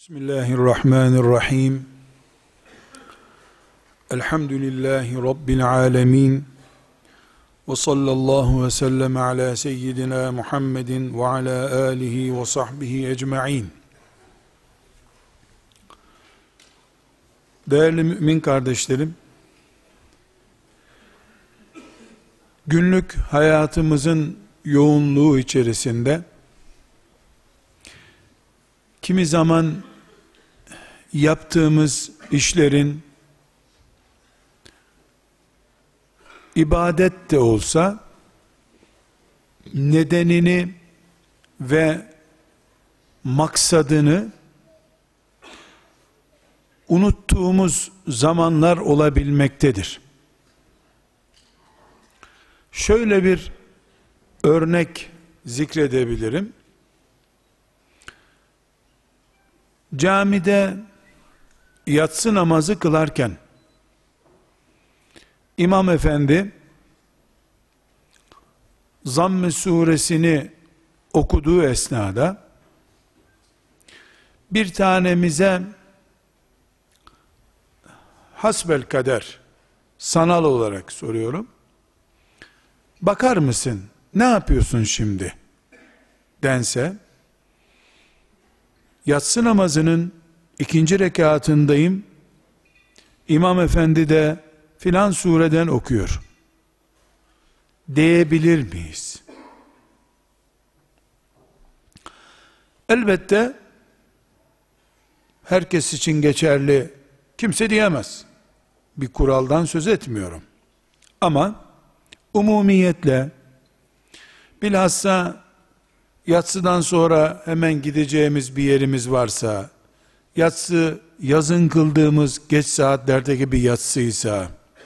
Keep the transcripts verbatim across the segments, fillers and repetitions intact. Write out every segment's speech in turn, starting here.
Bismillahirrahmanirrahim. Elhamdülillahi Rabbil alemin. Ve sallallahu ve sellem ala seyyidina Muhammedin ve ala alihi ve sahbihi ecma'in. Değerli mümin kardeşlerim, günlük hayatımızın yoğunluğu içerisinde kimi zaman yaptığımız işlerin ibadet de olsa nedenini ve maksadını unuttuğumuz zamanlar olabilmektedir. Şöyle bir örnek zikredebilirim. Camide yatsı namazı kılarken İmam Efendi Zamm-ı suresini okuduğu esnada bir tanemize hasbel kader, sanal olarak soruyorum, bakar mısın, ne yapıyorsun şimdi dense, yatsı namazının ikinci rekatındayım, İmam Efendi de filan sureden okuyor diyebilir miyiz? Elbette herkes için geçerli kimse diyemez. Bir kuraldan söz etmiyorum. Ama umumiyetle, bilhassa yatsıdan sonra hemen gideceğimiz bir yerimiz varsa, yatsı yazın kıldığımız geç saatlerdeki bir yatsıysa,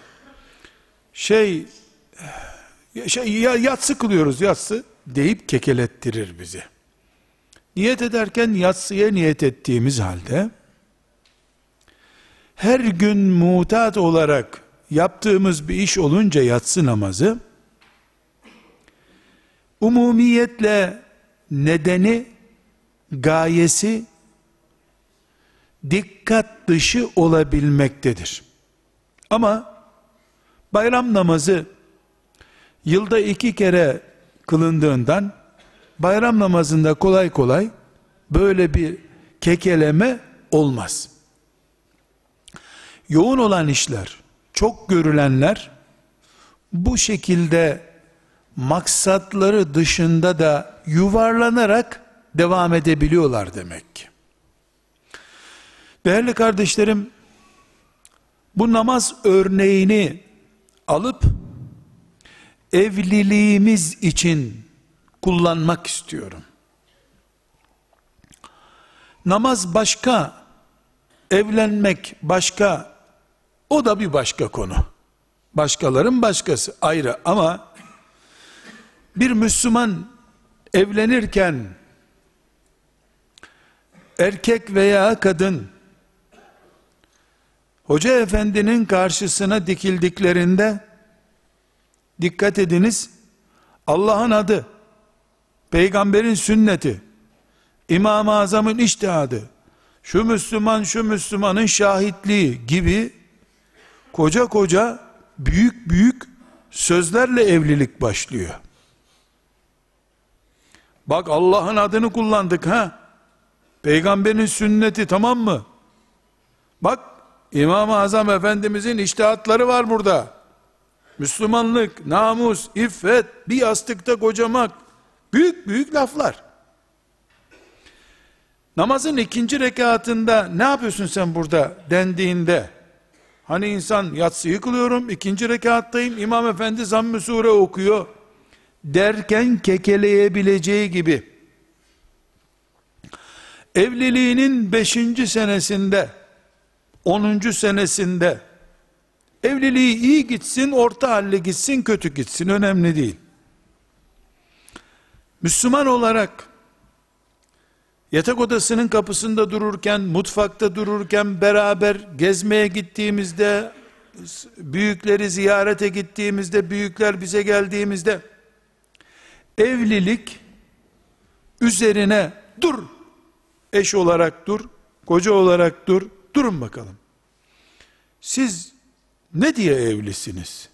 şey, şey ya yatsı kılıyoruz yatsı deyip kekelettirir bizi. Niyet ederken yatsıya niyet ettiğimiz halde, her gün mutat olarak yaptığımız bir iş olunca yatsı namazı, umumiyetle nedeni, gayesi dikkat dışı olabilmektedir. Ama bayram namazı yılda iki kere kılındığından bayram namazında kolay kolay böyle bir kekeleme olmaz. Yoğun olan işler, çok görülenler bu şekilde maksatları dışında da yuvarlanarak devam edebiliyorlar demek ki. Değerli kardeşlerim, bu namaz örneğini alıp evliliğimiz için kullanmak istiyorum. Namaz başka, evlenmek başka, o da bir başka konu. Başkaların başkası ayrı, ama bir Müslüman evlenirken erkek veya kadın hoca efendinin karşısına dikildiklerinde, dikkat ediniz, Allah'ın adı, peygamberin sünneti, İmam-ı Azam'ın içtihadı, şu Müslüman şu Müslümanın şahitliği gibi koca koca büyük büyük sözlerle evlilik başlıyor. Bak, Allah'ın adını kullandık ha, peygamberin sünneti, tamam mı? Bak, İmam-ı Azam Efendimizin içtihatları var burada. Müslümanlık, namus, iffet, bir yastıkta kocamak, büyük büyük laflar. Namazın ikinci rekatında ne yapıyorsun sen burada dendiğinde, hani insan yatsıyı kılıyorum, ikinci rekattayım, İmam Efendi Zamm-ı Sure okuyor derken kekeleyebileceği gibi, evliliğinin beşinci senesinde, onuncu senesinde, evliliği iyi gitsin, orta halli gitsin, kötü gitsin, önemli değil. Müslüman olarak, yatak odasının kapısında dururken, mutfakta dururken, beraber gezmeye gittiğimizde, büyükleri ziyarete gittiğimizde, büyükler bize geldiğimizde, evlilik üzerine dur, eş olarak dur, koca olarak dur, durun bakalım. Siz ne diye evlisiniz?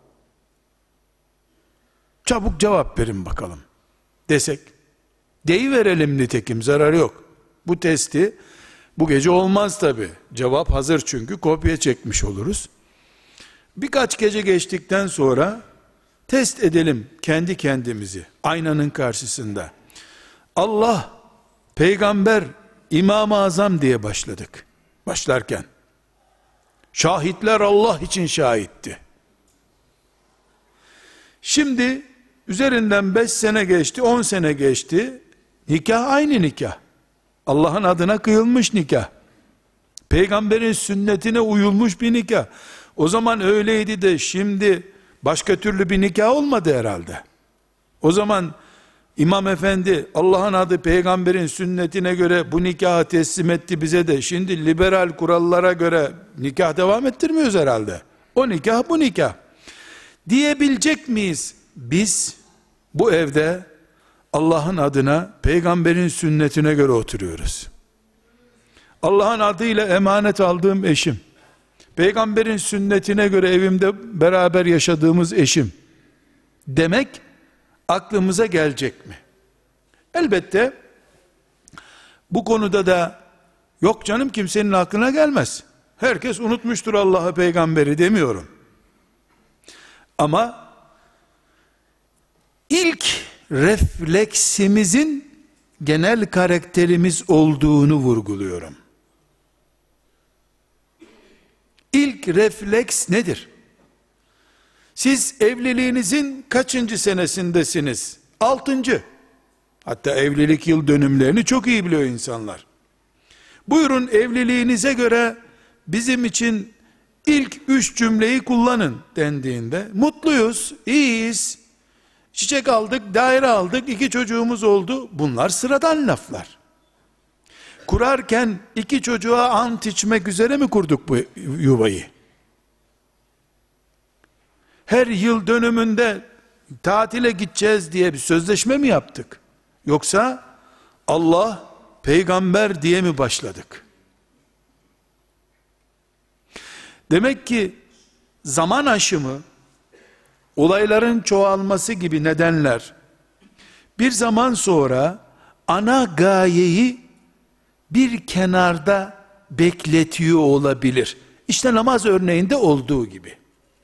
Çabuk cevap verin bakalım desek, deyiverelim, nitekim zararı yok. Bu testi bu gece olmaz tabi. Cevap hazır çünkü, kopya çekmiş oluruz. Birkaç gece geçtikten sonra test edelim kendi kendimizi aynanın karşısında. Allah, peygamber, İmam-ı Azam diye başladık. Başlarken şahitler Allah için şahitti. Şimdi üzerinden beş sene geçti, on sene geçti. Nikah aynı nikah. Allah'ın adına kıyılmış nikah. Peygamberin sünnetine uyulmuş bir nikah. O zaman öyleydi de şimdi başka türlü bir nikah olmadı herhalde. O zaman İmam Efendi Allah'ın adı peygamberin sünnetine göre bu nikahı teslim etti bize de şimdi liberal kurallara göre nikah devam ettirmiyoruz herhalde. O nikah bu nikah. Diyebilecek miyiz? Biz bu evde Allah'ın adına peygamberin sünnetine göre oturuyoruz. Allah'ın adıyla emanet aldığım eşim, peygamberin sünnetine göre evimde beraber yaşadığımız eşim demek aklımıza gelecek mi? Elbette bu konuda da yok canım, kimsenin aklına gelmez. Herkes unutmuştur Allah'ı, peygamberi demiyorum. Ama ilk refleksimizin genel karakterimiz olduğunu vurguluyorum. İlk refleks nedir? Siz evliliğinizin kaçıncı senesindesiniz? Altıncı. Hatta evlilik yıl dönümlerini çok iyi biliyor insanlar. Buyurun evliliğinize göre bizim için ilk üç cümleyi kullanın dendiğinde, mutluyuz, iyiyiz, çiçek aldık, daire aldık, iki çocuğumuz oldu. Bunlar sıradan laflar. Kurarken iki çocuğa ant içmek üzere mi kurduk bu yuvayı? Her yıl dönümünde tatile gideceğiz diye bir sözleşme mi yaptık? Yoksa Allah, peygamber diye mi başladık? Demek ki zaman aşımı, olayların çoğalması gibi nedenler bir zaman sonra ana gayeyi bir kenarda bekletiyor olabilir. İşte namaz örneğinde olduğu gibi.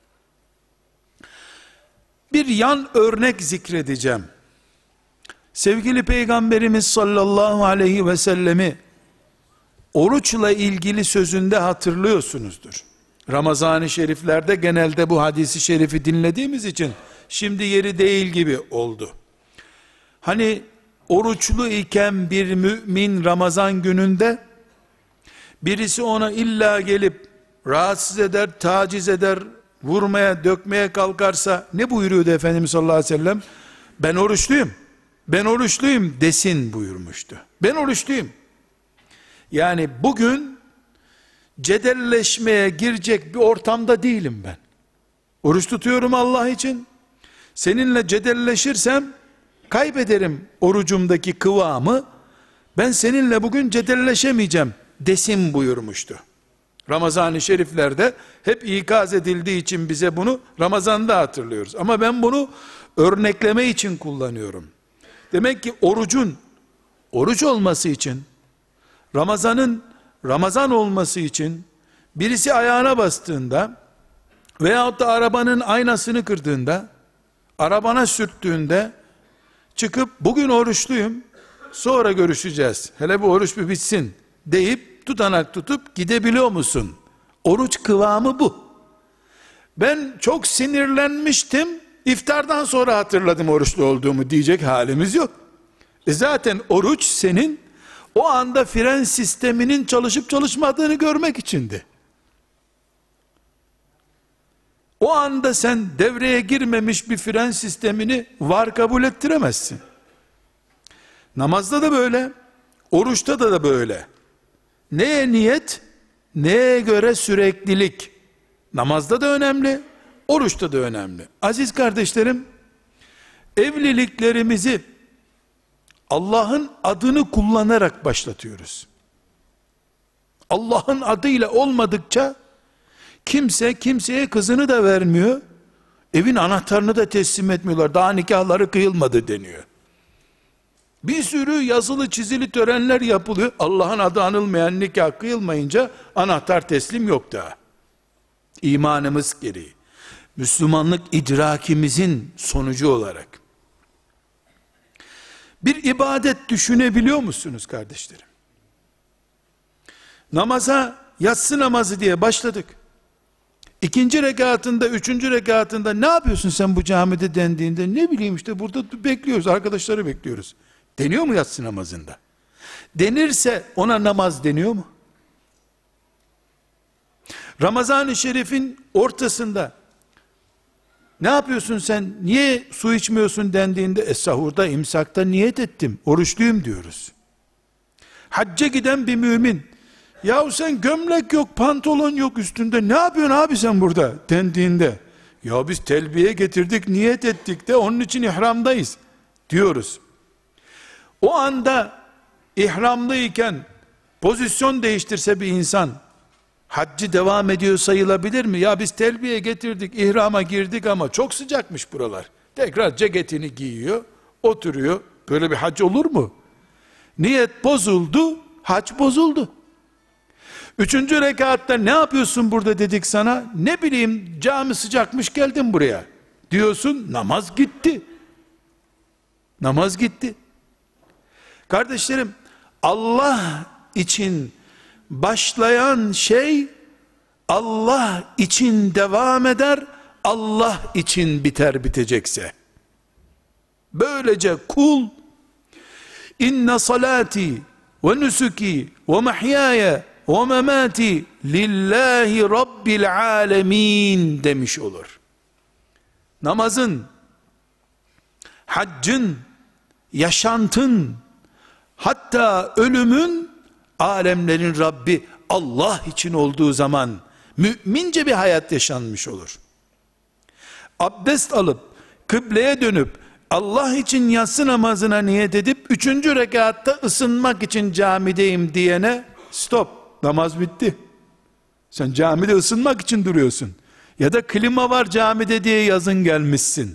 Bir yan örnek zikredeceğim. Sevgili Peygamberimiz sallallahu aleyhi ve sellemi oruçla ilgili sözünde hatırlıyorsunuzdur. Ramazan-ı şeriflerde genelde bu hadisi şerifi dinlediğimiz için şimdi yeri değil gibi oldu. Hani oruçlu iken bir mümin Ramazan gününde birisi ona illa gelip rahatsız eder, taciz eder, vurmaya, dökmeye kalkarsa ne buyuruyordu Efendimiz sallallahu aleyhi ve sellem? Ben oruçluyum, ben oruçluyum desin buyurmuştu. Ben oruçluyum. Yani bugün cedelleşmeye girecek bir ortamda değilim ben. Oruç tutuyorum Allah için. Seninle cedelleşirsem kaybederim orucumdaki kıvamı. Ben seninle bugün cedelleşemeyeceğim desin buyurmuştu. Ramazan-ı şeriflerde hep ikaz edildiği için bize bunu Ramazan'da hatırlıyoruz. Ama ben bunu örnekleme için kullanıyorum. Demek ki orucun oruç olması için, Ramazan'ın Ramazan olması için birisi ayağına bastığında veyahut da arabanın aynasını kırdığında, arabana sürttüğünde çıkıp bugün oruçluyum, sonra görüşeceğiz, hele bu oruç bir bitsin deyip tutanak tutup gidebiliyor musun? Oruç kıvamı bu. Ben çok sinirlenmiştim, iftardan sonra hatırladım oruçlu olduğumu diyecek halimiz yok. E zaten oruç senin o anda fren sisteminin çalışıp çalışmadığını görmek içindi. O anda sen devreye girmemiş bir fren sistemini var kabul ettiremezsin. Namazda da böyle, oruçta da da böyle. Neye niyet, neye göre süreklilik? Namazda da önemli, oruçta da önemli. Aziz kardeşlerim, evliliklerimizi Allah'ın adını kullanarak başlatıyoruz. Allah'ın adıyla olmadıkça kimse kimseye kızını da vermiyor. Evin anahtarını da teslim etmiyorlar. Daha nikahları kıyılmadı deniyor. Bir sürü yazılı çizili törenler yapılıyor. Allah'ın adı anılmayan nikah kıyılmayınca anahtar teslim yok daha. İmanımız gereği. Müslümanlık idrakimizin sonucu olarak. Bir ibadet düşünebiliyor musunuz kardeşlerim? Namaza yatsı namazı diye başladık. İkinci rekatında, üçüncü rekatında ne yapıyorsun sen bu camide dendiğinde, ne bileyim işte burada bekliyoruz, arkadaşları bekliyoruz. Deniyor mu yatsı namazında? Denirse ona namaz deniyor mu? Ramazan-ı Şerif'in ortasında ne yapıyorsun sen, niye su içmiyorsun dendiğinde, e sahurda, imsakta niyet ettim, oruçluyum diyoruz. Hacca giden bir mümin, yahu sen gömlek yok, pantolon yok üstünde, ne yapıyorsun abi sen burada dendiğinde, ya biz telbiye getirdik, niyet ettik de onun için ihramdayız diyoruz. O anda ihramlıyken pozisyon değiştirse bir insan, haccı devam ediyor sayılabilir mi? Ya biz telbiye getirdik, ihrama girdik ama çok sıcakmış buralar. Tekrar ceketini giyiyor, oturuyor. Böyle bir hac olur mu? Niyet bozuldu, hac bozuldu. Üçüncü rekatta ne yapıyorsun burada dedik sana? Ne bileyim, cami sıcakmış geldim buraya diyorsun, namaz gitti. Namaz gitti. Kardeşlerim, Allah için başlayan şey Allah için devam eder, Allah için biter bitecekse. Böylece kul inne salati ve nusuki ve mahyaya ve memati lillahi rabbil alemin demiş olur. Namazın, haccın, yaşantın, hatta ölümün alemlerin Rabbi Allah için olduğu zaman mümince bir hayat yaşanmış olur. Abdest alıp kıbleye dönüp Allah için yatsı namazına niyet edip üçüncü rekatta ısınmak için camideyim diyene stop, namaz bitti. Sen camide ısınmak için duruyorsun. Ya da klima var camide diye yazın gelmişsin.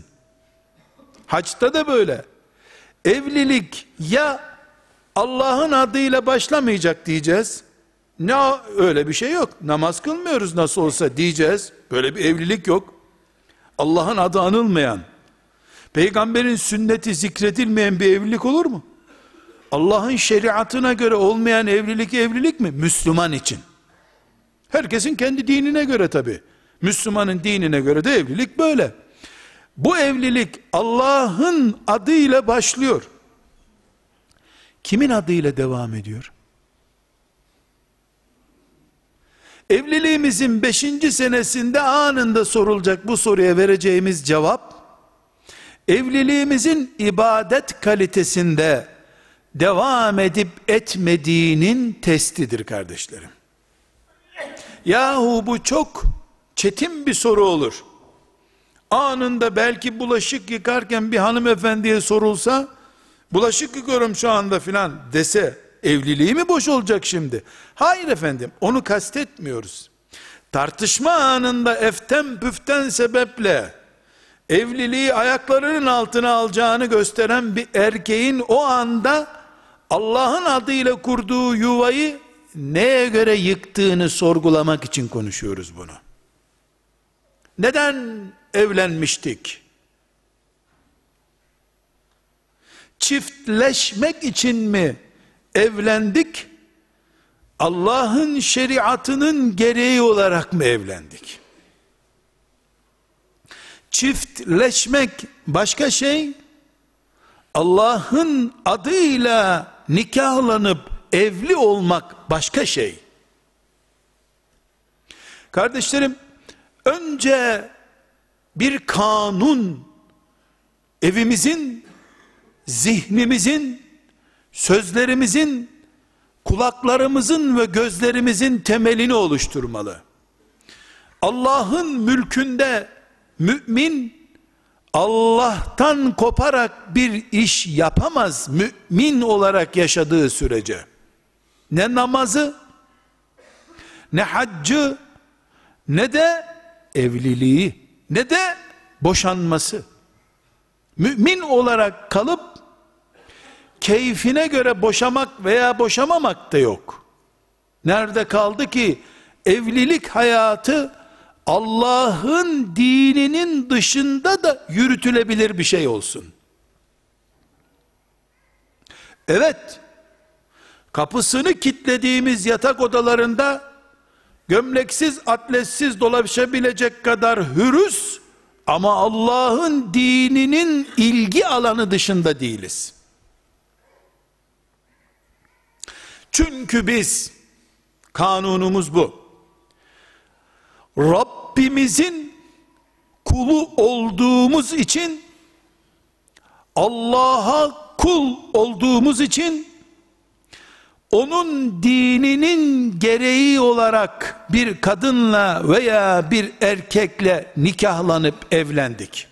Haçta da böyle. Evlilik ya Allah'ın adıyla başlamayacak diyeceğiz. Ne, öyle bir şey yok. Namaz kılmıyoruz nasıl olsa diyeceğiz. Böyle bir evlilik yok. Allah'ın adı anılmayan, peygamberin sünneti zikredilmeyen bir evlilik olur mu? Allah'ın şeriatına göre olmayan evlilik evlilik mi? Müslüman için. Herkesin kendi dinine göre tabi. Müslümanın dinine göre de evlilik böyle. Bu evlilik Allah'ın adıyla başlıyor. Kimin adıyla devam ediyor? Evliliğimizin beşinci senesinde anında sorulacak bu soruya vereceğimiz cevap, evliliğimizin ibadet kalitesinde devam edip etmediğinin testidir kardeşlerim. Yahu bu çok çetin bir soru olur. Anında belki bulaşık yıkarken bir hanımefendiye sorulsa, bulaşık yıkıyorum şu anda filan dese, evliliği mi boş olacak şimdi? Hayır efendim, onu kastetmiyoruz. Tartışma anında eften püften sebeple evliliği ayaklarının altına alacağını gösteren bir erkeğin o anda Allah'ın adıyla kurduğu yuvayı neye göre yıktığını sorgulamak için konuşuyoruz bunu. Neden evlenmiştik? Çiftleşmek için mi evlendik? Allah'ın şeriatının gereği olarak mı evlendik? Çiftleşmek başka şey, Allah'ın adıyla nikahlanıp evli olmak başka şey. Kardeşlerim, önce bir kanun evimizin, zihnimizin, sözlerimizin, kulaklarımızın ve gözlerimizin temelini oluşturmalı. Allah'ın mülkünde mümin Allah'tan koparak bir iş yapamaz mümin olarak yaşadığı sürece. Ne namazı, ne haccı, ne de evliliği, ne de boşanması. Mümin olarak kalıp keyfine göre boşamak veya boşamamak da yok. Nerede kaldı ki evlilik hayatı Allah'ın dininin dışında da yürütülebilir bir şey olsun? Evet, kapısını kilitlediğimiz yatak odalarında gömleksiz, atletsiz dolaşabilecek kadar hürüz, ama Allah'ın dininin ilgi alanı dışında değiliz. Çünkü biz, kanunumuz bu, Rabbimizin kulu olduğumuz için, Allah'a kul olduğumuz için, onun dininin gereği olarak bir kadınla veya bir erkekle nikahlanıp evlendik.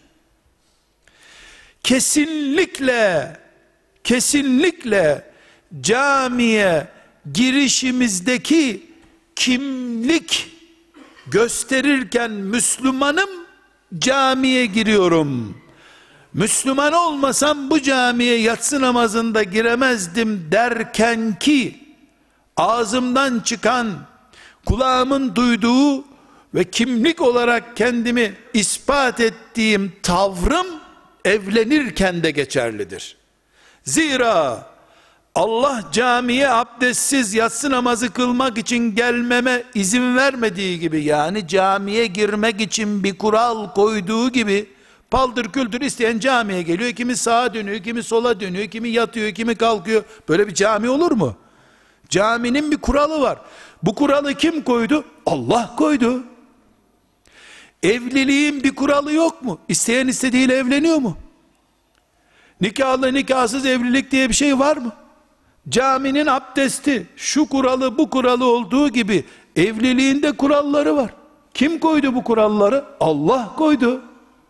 Kesinlikle, kesinlikle camiye girişimizdeki kimlik gösterirken Müslümanım, camiye giriyorum, Müslüman olmasam bu camiye yatsı namazında giremezdim derken ki ağzımdan çıkan, kulağımın duyduğu ve kimlik olarak kendimi ispat ettiğim tavrım evlenirken de geçerlidir. Zira Allah camiye abdestsiz yatsı namazı kılmak için gelmeme izin vermediği gibi, yani camiye girmek için bir kural koyduğu gibi, paldır küldür isteyen camiye geliyor. Kimi sağa dönüyor, kimi sola dönüyor, kimi yatıyor, kimi kalkıyor. Böyle bir cami olur mu? Caminin bir kuralı var. Bu kuralı kim koydu? Allah koydu. Evliliğin bir kuralı yok mu? İsteyen istediğiyle evleniyor mu? Nikahlı nikahsız evlilik diye bir şey var mı? Caminin abdesti, şu kuralı bu kuralı olduğu gibi evliliğinde kuralları var. Kim koydu bu kuralları? Allah koydu.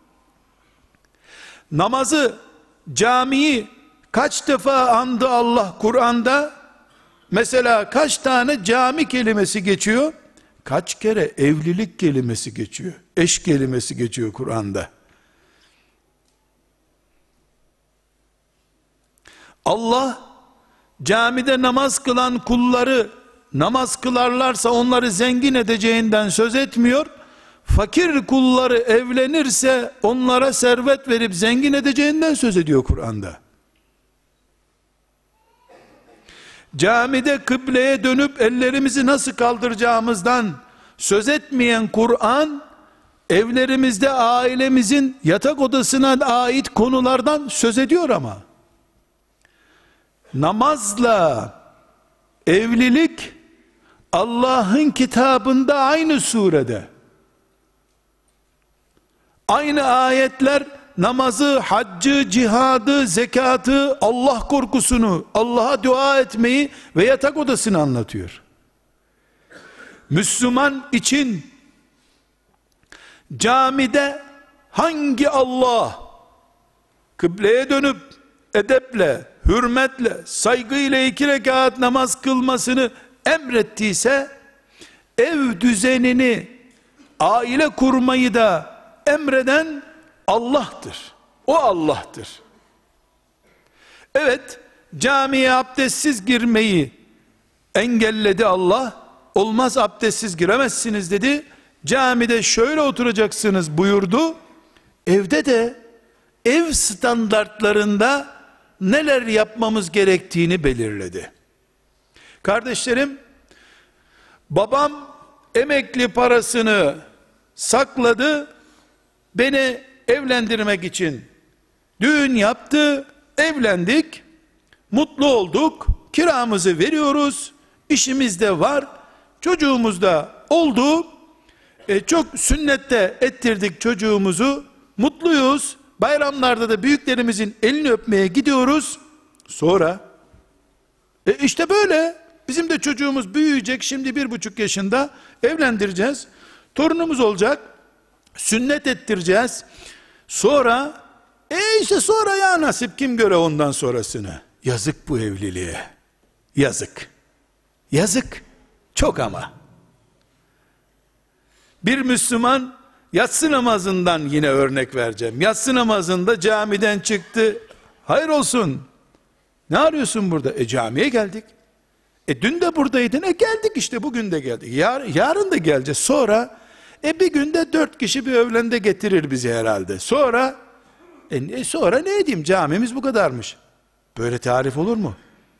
Namazı, camiyi kaç defa andı Allah Kur'an'da? Mesela kaç tane cami kelimesi geçiyor? Kaç kere evlilik kelimesi geçiyor? Eş kelimesi geçiyor Kur'an'da. Allah camide namaz kılan kulları namaz kılarlarsa onları zengin edeceğinden söz etmiyor. Fakir kulları evlenirse onlara servet verip zengin edeceğinden söz ediyor Kur'an'da. Camide kıbleye dönüp ellerimizi nasıl kaldıracağımızdan söz etmeyen Kur'an, evlerimizde ailemizin yatak odasına ait konulardan söz ediyor ama. Namazla evlilik Allah'ın kitabında aynı surede, aynı ayetler namazı, haccı, cihadı, zekatı, Allah korkusunu, Allah'a dua etmeyi ve yatak odasını anlatıyor. Müslüman için camide hangi Allah kıbleye dönüp edeple, hürmetle, saygıyla iki rekat namaz kılmasını emrettiyse, ev düzenini, aile kurmayı da emreden Allah'tır. O Allah'tır. Evet, camiye abdestsiz girmeyi engelledi Allah. Olmaz, abdestsiz giremezsiniz dedi. Camide şöyle oturacaksınız buyurdu. Evde de ev standartlarında neler yapmamız gerektiğini belirledi. Kardeşlerim, babam emekli parasını sakladı, beni evlendirmek için düğün yaptı, evlendik, mutlu olduk, kiramızı veriyoruz, işimiz de var, çocuğumuz da oldu, e, çok sünnette ettirdik çocuğumuzu, mutluyuz, bayramlarda da büyüklerimizin elini öpmeye gidiyoruz. Sonra e işte böyle bizim de çocuğumuz büyüyecek, şimdi bir buçuk yaşında, evlendireceğiz, torunumuz olacak, sünnet ettireceğiz. Sonra e işte sonra ya nasip, kim göre ondan sonrasını. Yazık bu evliliğe, yazık, yazık çok, ama Bir Müslüman yatsı namazından yine örnek vereceğim. Yatsı namazında camiden çıktı. Hayır olsun. Ne arıyorsun burada? E camiye geldik. E dün de buradaydın. E geldik işte, bugün de geldik. Yar, yarın da geleceğiz. Sonra e bir günde dört kişi bir öğlende getirir bizi herhalde. Sonra e sonra ne edeyim, camimiz bu kadarmış. Böyle tarif olur mu?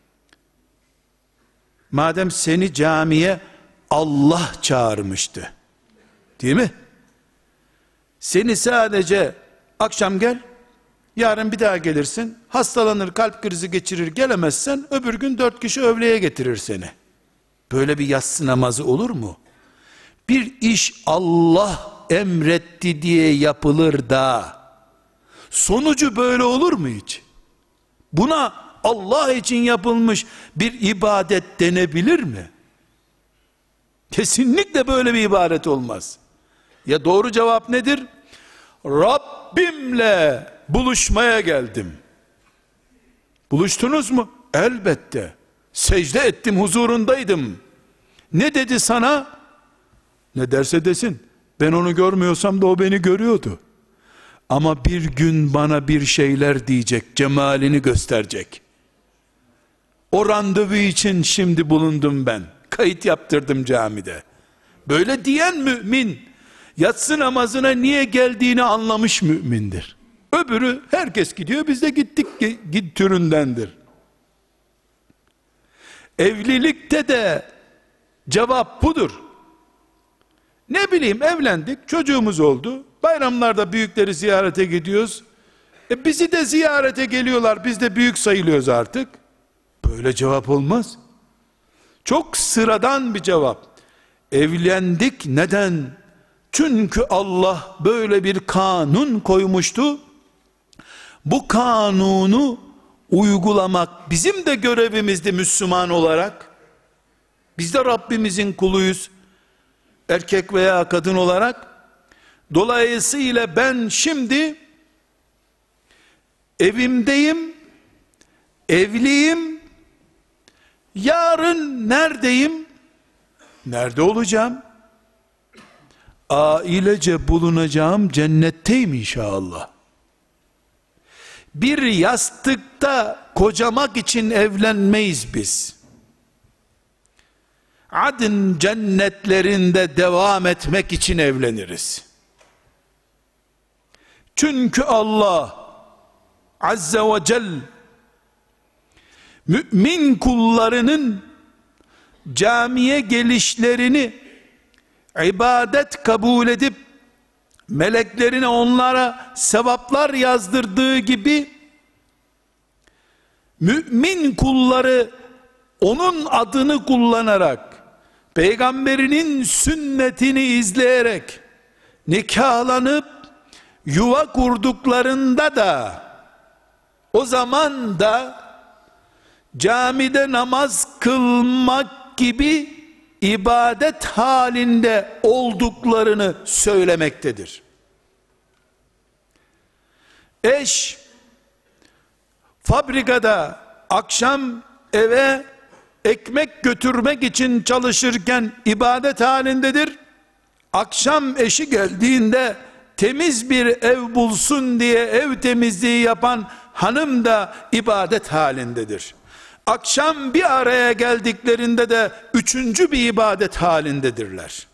Madem seni camiye Allah çağırmıştı, değil mi? Seni sadece akşam gel, yarın bir daha gelirsin, hastalanır, kalp krizi geçirir, gelemezsen öbür gün dört kişi öğleye getirir seni. Böyle bir yatsı namazı olur mu? Bir iş Allah emretti diye yapılır da sonucu böyle olur mu hiç? Buna Allah için yapılmış bir ibadet denebilir mi? Kesinlikle böyle bir ibadet olmaz. Ya doğru cevap nedir? Rabbimle buluşmaya geldim. Buluştunuz mu? Elbette. Secde ettim, huzurundaydım. Ne dedi sana? Ne derse desin. Ben onu görmüyorsam da o beni görüyordu. Ama bir gün bana bir şeyler diyecek, cemalini gösterecek. O randevu için şimdi bulundum ben. Kayıt yaptırdım camide. Böyle diyen mümin, yatsı namazına niye geldiğini anlamış mümindir. Öbürü herkes gidiyor, biz de gittik git türündendir. Evlilikte de cevap budur. Ne bileyim, evlendik, çocuğumuz oldu, bayramlarda büyükleri ziyarete gidiyoruz. E bizi de ziyarete geliyorlar, biz de büyük sayılıyoruz artık. Böyle cevap olmaz. Çok sıradan bir cevap. Evlendik, neden? Çünkü Allah böyle bir kanun koymuştu. Bu kanunu uygulamak bizim de görevimizdi Müslüman olarak. Biz de Rabbimizin kuluyuz, erkek veya kadın olarak. Dolayısıyla ben şimdi evimdeyim, evliyim. Yarın neredeyim? Nerede olacağım? Ailece bulunacağım cennetteyim inşallah. Bir yastıkta kocamak için evlenmeyiz biz. Adın cennetlerinde devam etmek için evleniriz. Çünkü Allah Azze ve Celle mümin kullarının camiye gelişlerini ibadet kabul edip meleklerine onlara sevaplar yazdırdığı gibi, mümin kulları onun adını kullanarak, peygamberinin sünnetini izleyerek nikahlanıp yuva kurduklarında da, o zaman da camide namaz kılmak gibi ibadet halinde olduklarını söylemektedir. Eş fabrikada akşam eve ekmek götürmek için çalışırken ibadet halindedir. Akşam eşi geldiğinde temiz bir ev bulsun diye ev temizliği yapan hanım da ibadet halindedir. Akşam bir araya geldiklerinde de üçüncü bir ibadet halindedirler.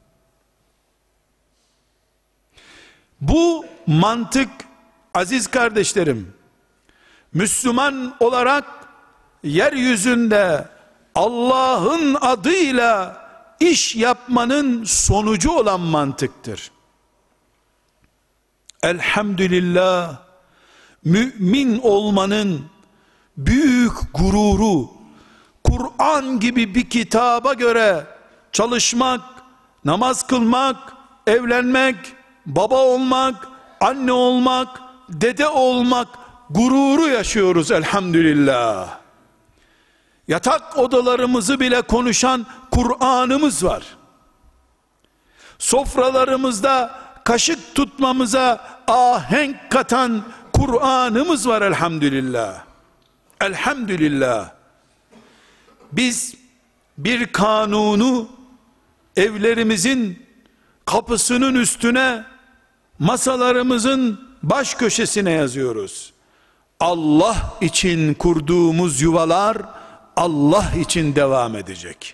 Bu mantık, aziz kardeşlerim, Müslüman olarak yeryüzünde Allah'ın adıyla iş yapmanın sonucu olan mantıktır. Elhamdülillah, mümin olmanın büyük gururu, Kur'an gibi bir kitaba göre çalışmak, namaz kılmak, evlenmek, baba olmak, anne olmak, dede olmak gururu yaşıyoruz elhamdülillah. Yatak odalarımızı bile konuşan Kur'an'ımız var. Sofralarımızda kaşık tutmamıza ahenk katan Kur'an'ımız var elhamdülillah. Elhamdülillah. Biz bir kanunu evlerimizin kapısının üstüne, masalarımızın baş köşesine yazıyoruz. Allah için kurduğumuz yuvalar Allah için devam edecek.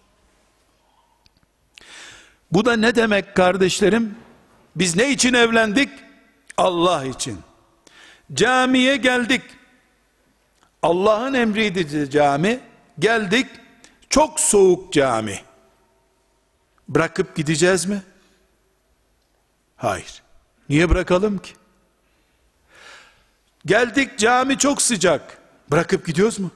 Bu da ne demek kardeşlerim? Biz ne için evlendik? Allah için. Camiye geldik. Allah'ın emriydi cami. Geldik. Çok soğuk cami. Bırakıp gideceğiz mi? Hayır. Niye bırakalım ki? Geldik, cami çok sıcak. Bırakıp gidiyoruz mu?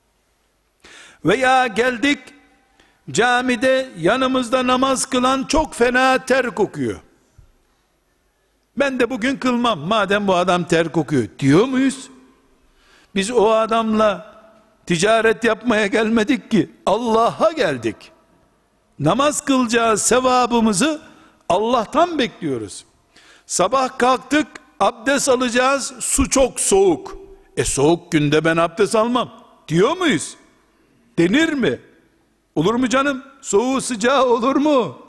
Veya geldik, camide yanımızda namaz kılan çok fena ter kokuyor. Ben de bugün kılmam madem bu adam ter kokuyor diyor muyuz? Biz o adamla ticaret yapmaya gelmedik ki, Allah'a geldik. Namaz kılacağız, sevabımızı Allah'tan bekliyoruz. Sabah kalktık, abdest alacağız, su çok soğuk. E soğuk günde ben abdest almam diyor muyuz? Denir mi? Olur mu canım? Soğuğu sıcağı olur mu?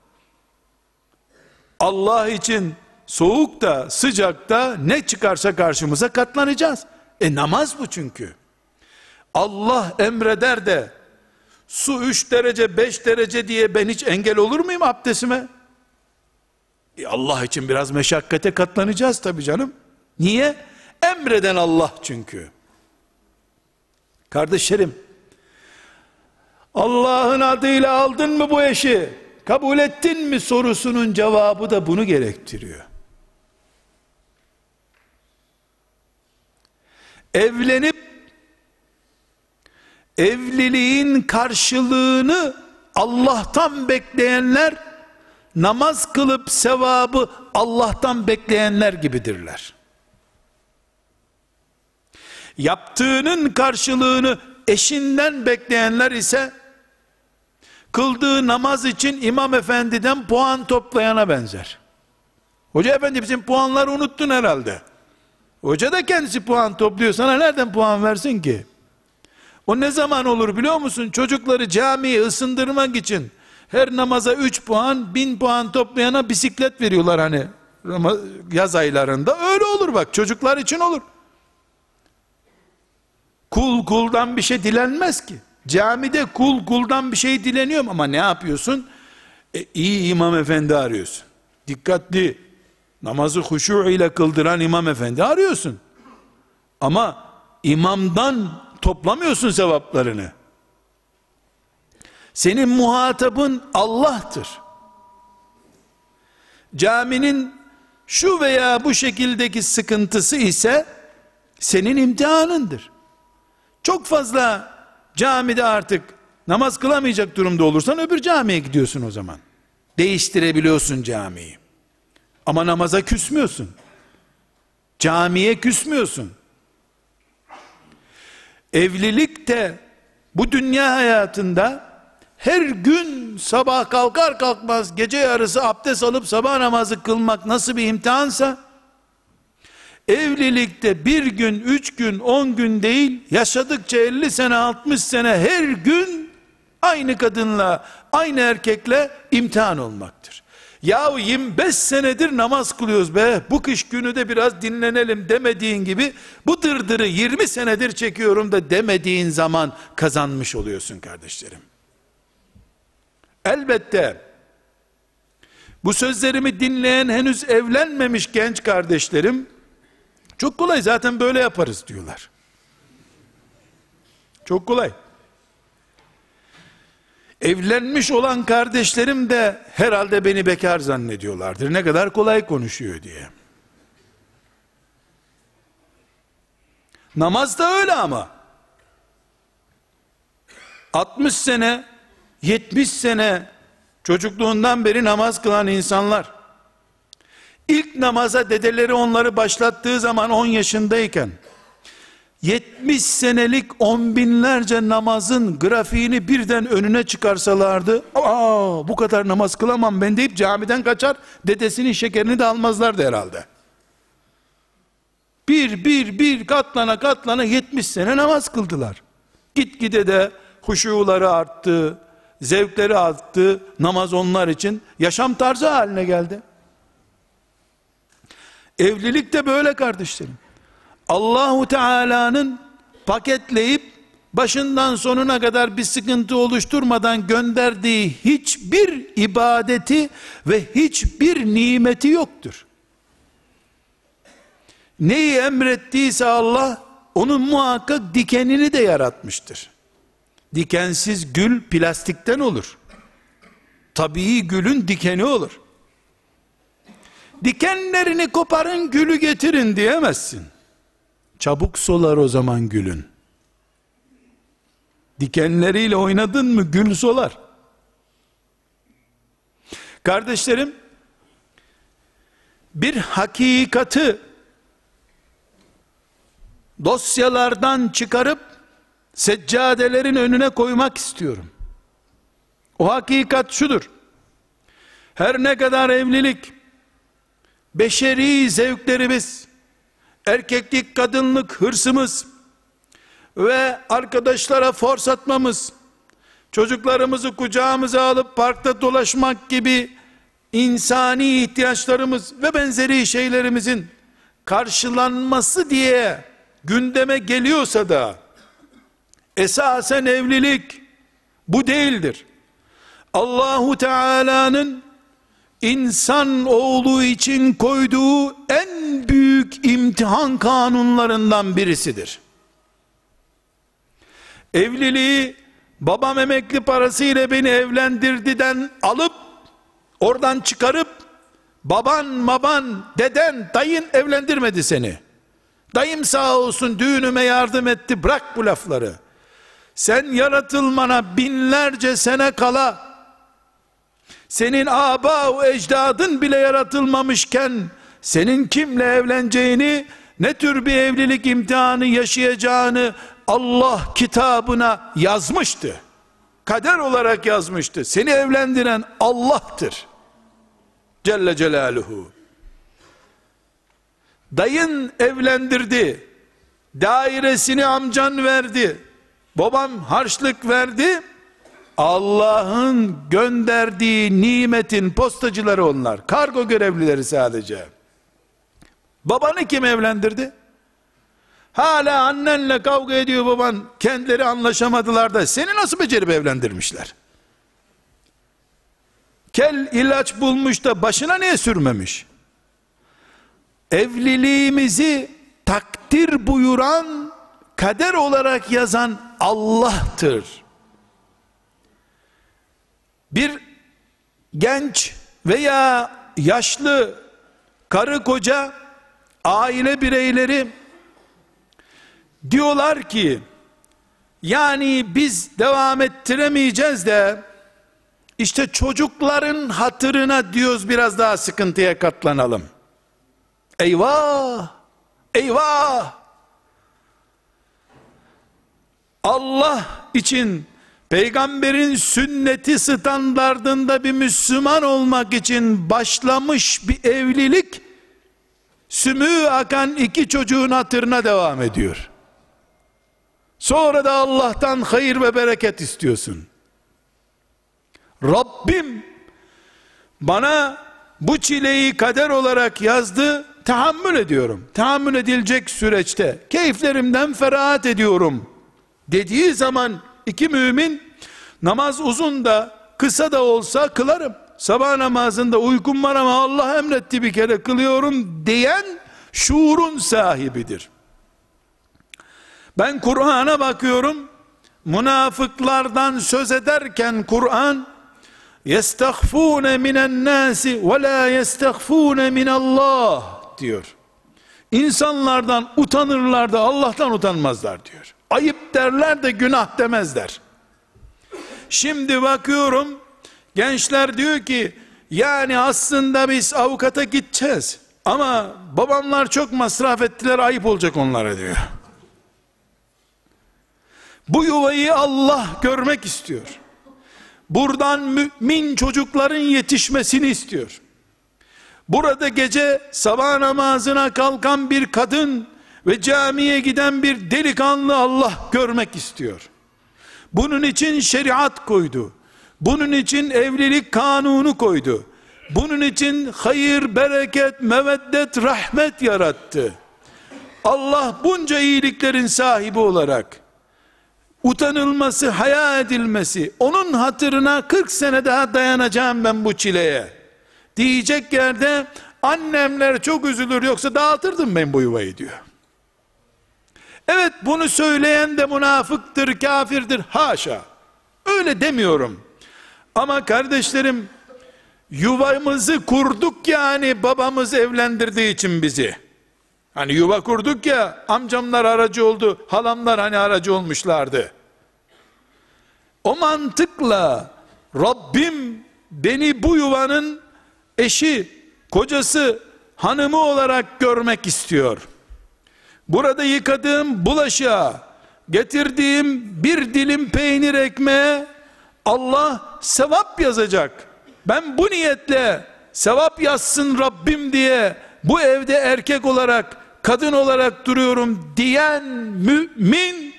Allah için soğukta sıcakta ne çıkarsa karşımıza katlanacağız. E namaz bu çünkü. Allah emreder de su üç derece beş derece diye ben hiç engel olur muyum abdestime? E Allah için biraz meşakkate katlanacağız tabii canım. Niye? Emreden Allah çünkü. Kardeşlerim, Allah'ın adıyla aldın mı bu eşi, kabul ettin mi sorusunun cevabı da bunu gerektiriyor. Evlenip evliliğin karşılığını Allah'tan bekleyenler, namaz kılıp sevabı Allah'tan bekleyenler gibidirler. Yaptığının karşılığını eşinden bekleyenler ise kıldığı namaz için imam efendiden puan toplayana benzer. Hoca efendi bizim puanları unuttun herhalde. Hoca da kendisi puan topluyor, sana nereden puan versin ki? O ne zaman olur biliyor musun? Çocukları camiye ısındırmak için her namaza üç puan, bin puan toplayana bisiklet veriyorlar hani yaz aylarında. Öyle olur bak, çocuklar için olur. Kul kuldan bir şey dilenmez ki. Camide kul kuldan bir şey dileniyor ama ne yapıyorsun? E, iyi imam efendi arıyorsun. Dikkatli, namazı huşu ile kıldıran imam efendi arıyorsun. Ama imamdan toplamıyorsun sevaplarını. Senin muhatabın Allah'tır. Caminin şu veya bu şekildeki sıkıntısı ise senin imtihanındır. Çok fazla camide artık namaz kılamayacak durumda olursan öbür camiye gidiyorsun o zaman. Değiştirebiliyorsun camiyi. Ama namaza küsmüyorsun. Camiye küsmüyorsun. Evlilik de bu dünya hayatında her gün sabah kalkar kalkmaz gece yarısı abdest alıp sabah namazı kılmak nasıl bir imtihansa, evlilikte bir gün, üç gün, on gün değil, yaşadıkça elli sene, altmış sene her gün aynı kadınla, aynı erkekle imtihan olmaktır. Yahu yirmi beş senedir namaz kılıyoruz be, bu kış günü de biraz dinlenelim demediğin gibi, bu dırdırı yirmi senedir çekiyorum da demediğin zaman kazanmış oluyorsun kardeşlerim. Elbette bu sözlerimi dinleyen henüz evlenmemiş genç kardeşlerim, çok kolay zaten böyle yaparız diyorlar. Çok kolay. Evlenmiş olan kardeşlerim de herhalde beni bekar zannediyorlardır. Ne kadar kolay konuşuyor diye. Namaz da öyle ama. altmış sene, yetmiş sene çocukluğundan beri namaz kılan insanlar, İlk namaza dedeleri onları başlattığı zaman on yaşındayken, yetmiş senelik on binlerce namazın grafiğini birden önüne çıkarsalardı, aa bu kadar namaz kılamam ben deyip camiden kaçar, dedesinin şekerini de almazlardı herhalde. Bir bir bir katlana katlana yetmiş sene namaz kıldılar. Gitgide de huşuları arttı, zevkleri attı, namaz onlar için yaşam tarzı haline geldi. Evlilik de böyle kardeşlerim. Allahu Teala'nın paketleyip başından sonuna kadar bir sıkıntı oluşturmadan gönderdiği hiçbir ibadeti ve hiçbir nimeti yoktur. Neyi emrettiyse Allah, onun muhakkak dikenini de yaratmıştır. Dikensiz gül plastikten olur. Tabii gülün dikeni olur. Dikenlerini koparın, gülü getirin diyemezsin. Çabuk solar o zaman gülün. Dikenleriyle oynadın mı gül solar. Kardeşlerim, bir hakikati dosyalardan çıkarıp seccadelerin önüne koymak istiyorum. O hakikat şudur: her ne kadar evlilik, beşeri zevklerimiz, erkeklik kadınlık hırsımız ve arkadaşlara fors atmamız, çocuklarımızı kucağımıza alıp parkta dolaşmak gibi insani ihtiyaçlarımız ve benzeri şeylerimizin karşılanması diye gündeme geliyorsa da esasen evlilik bu değildir. Allahu Teala'nın insan oğlu için koyduğu en büyük imtihan kanunlarından birisidir. Evliliği babam emekli parasıyla beni evlendirdiden alıp oradan çıkarıp baban, baban, deden, dayın evlendirmedi seni. Dayım sağ olsun düğünüme yardım etti. Bırak bu lafları. Sen yaratılmana binlerce sene kala, senin aba-u ecdadın bile yaratılmamışken senin kimle evleneceğini, ne tür bir evlilik imtihanı yaşayacağını Allah kitabına yazmıştı. Kader olarak yazmıştı. Seni evlendiren Allah'tır Celle Celaluhu. Dayın evlendirdi, dairesini amcan verdi, babam harçlık verdi. Allah'ın gönderdiği nimetin postacıları onlar. Kargo görevlileri sadece. Babanı kim evlendirdi? Hala annenle kavga ediyor baban, kendileri anlaşamadılar da seni nasıl becerip evlendirmişler? Kel ilaç bulmuş da başına niye sürmemiş? Evliliğimizi takdir buyuran, kader olarak yazan Allah'tır. Bir genç veya yaşlı karı koca, aile bireyleri diyorlar ki, yani biz devam ettiremeyeceğiz de işte çocukların hatırına diyoruz biraz daha sıkıntıya katlanalım. Eyvah! Eyvah! Allah için, peygamberin sünneti standardında bir Müslüman olmak için başlamış bir evlilik, sümüğü akan iki çocuğun hatırına devam ediyor. Sonra da Allah'tan hayır ve bereket istiyorsun. Rabbim bana bu çileyi kader olarak yazdı, tahammül ediyorum. Tahammül edilecek süreçte keyiflerimden ferahat ediyorum dediği zaman iki mümin, namaz uzun da kısa da olsa kılarım, sabah namazında uykum var ama Allah emretti bir kere kılıyorum diyen şuurun sahibidir. Ben Kur'an'a bakıyorum, münafıklardan söz ederken Kur'an, yestahfune minen nasi ve la yestahfune minallah diyor. İnsanlardan utanırlar da Allah'tan utanmazlar diyor. Ayıp derler de günah demezler. Şimdi bakıyorum, gençler diyor ki, yani aslında biz avukata gideceğiz ama babamlar çok masraf ettiler, ayıp olacak onlara diyor. Bu yuvayı Allah görmek istiyor. Buradan mümin çocukların yetişmesini istiyor. Burada gece sabah namazına kalkan bir kadın ve camiye giden bir delikanlı Allah görmek istiyor. Bunun için şeriat koydu. Bunun için evlilik kanunu koydu. Bunun için hayır, bereket, meveddet, rahmet yarattı. Allah bunca iyiliklerin sahibi olarak utanılması, haya edilmesi, onun hatırına kırk sene daha dayanacağım ben bu çileye diyecek yerde annemler çok üzülür yoksa dağıtırdım ben bu yuvayı diyor. Evet, bunu söyleyen de münafıktır, kafirdir, haşa. Öyle demiyorum. Ama kardeşlerim, yuvamızı kurduk yani, babamız evlendirdiği için bizi. Hani yuva kurduk ya, amcamlar aracı oldu, halamlar hani aracı olmuşlardı. O mantıkla Rabbim beni bu yuvanın eşi, kocası, hanımı olarak görmek istiyor. Burada yıkadığım bulaşığa, getirdiğim bir dilim peynir ekmeğe Allah sevap yazacak. Ben bu niyetle sevap yazsın Rabbim diye bu evde erkek olarak, kadın olarak duruyorum diyen mümin,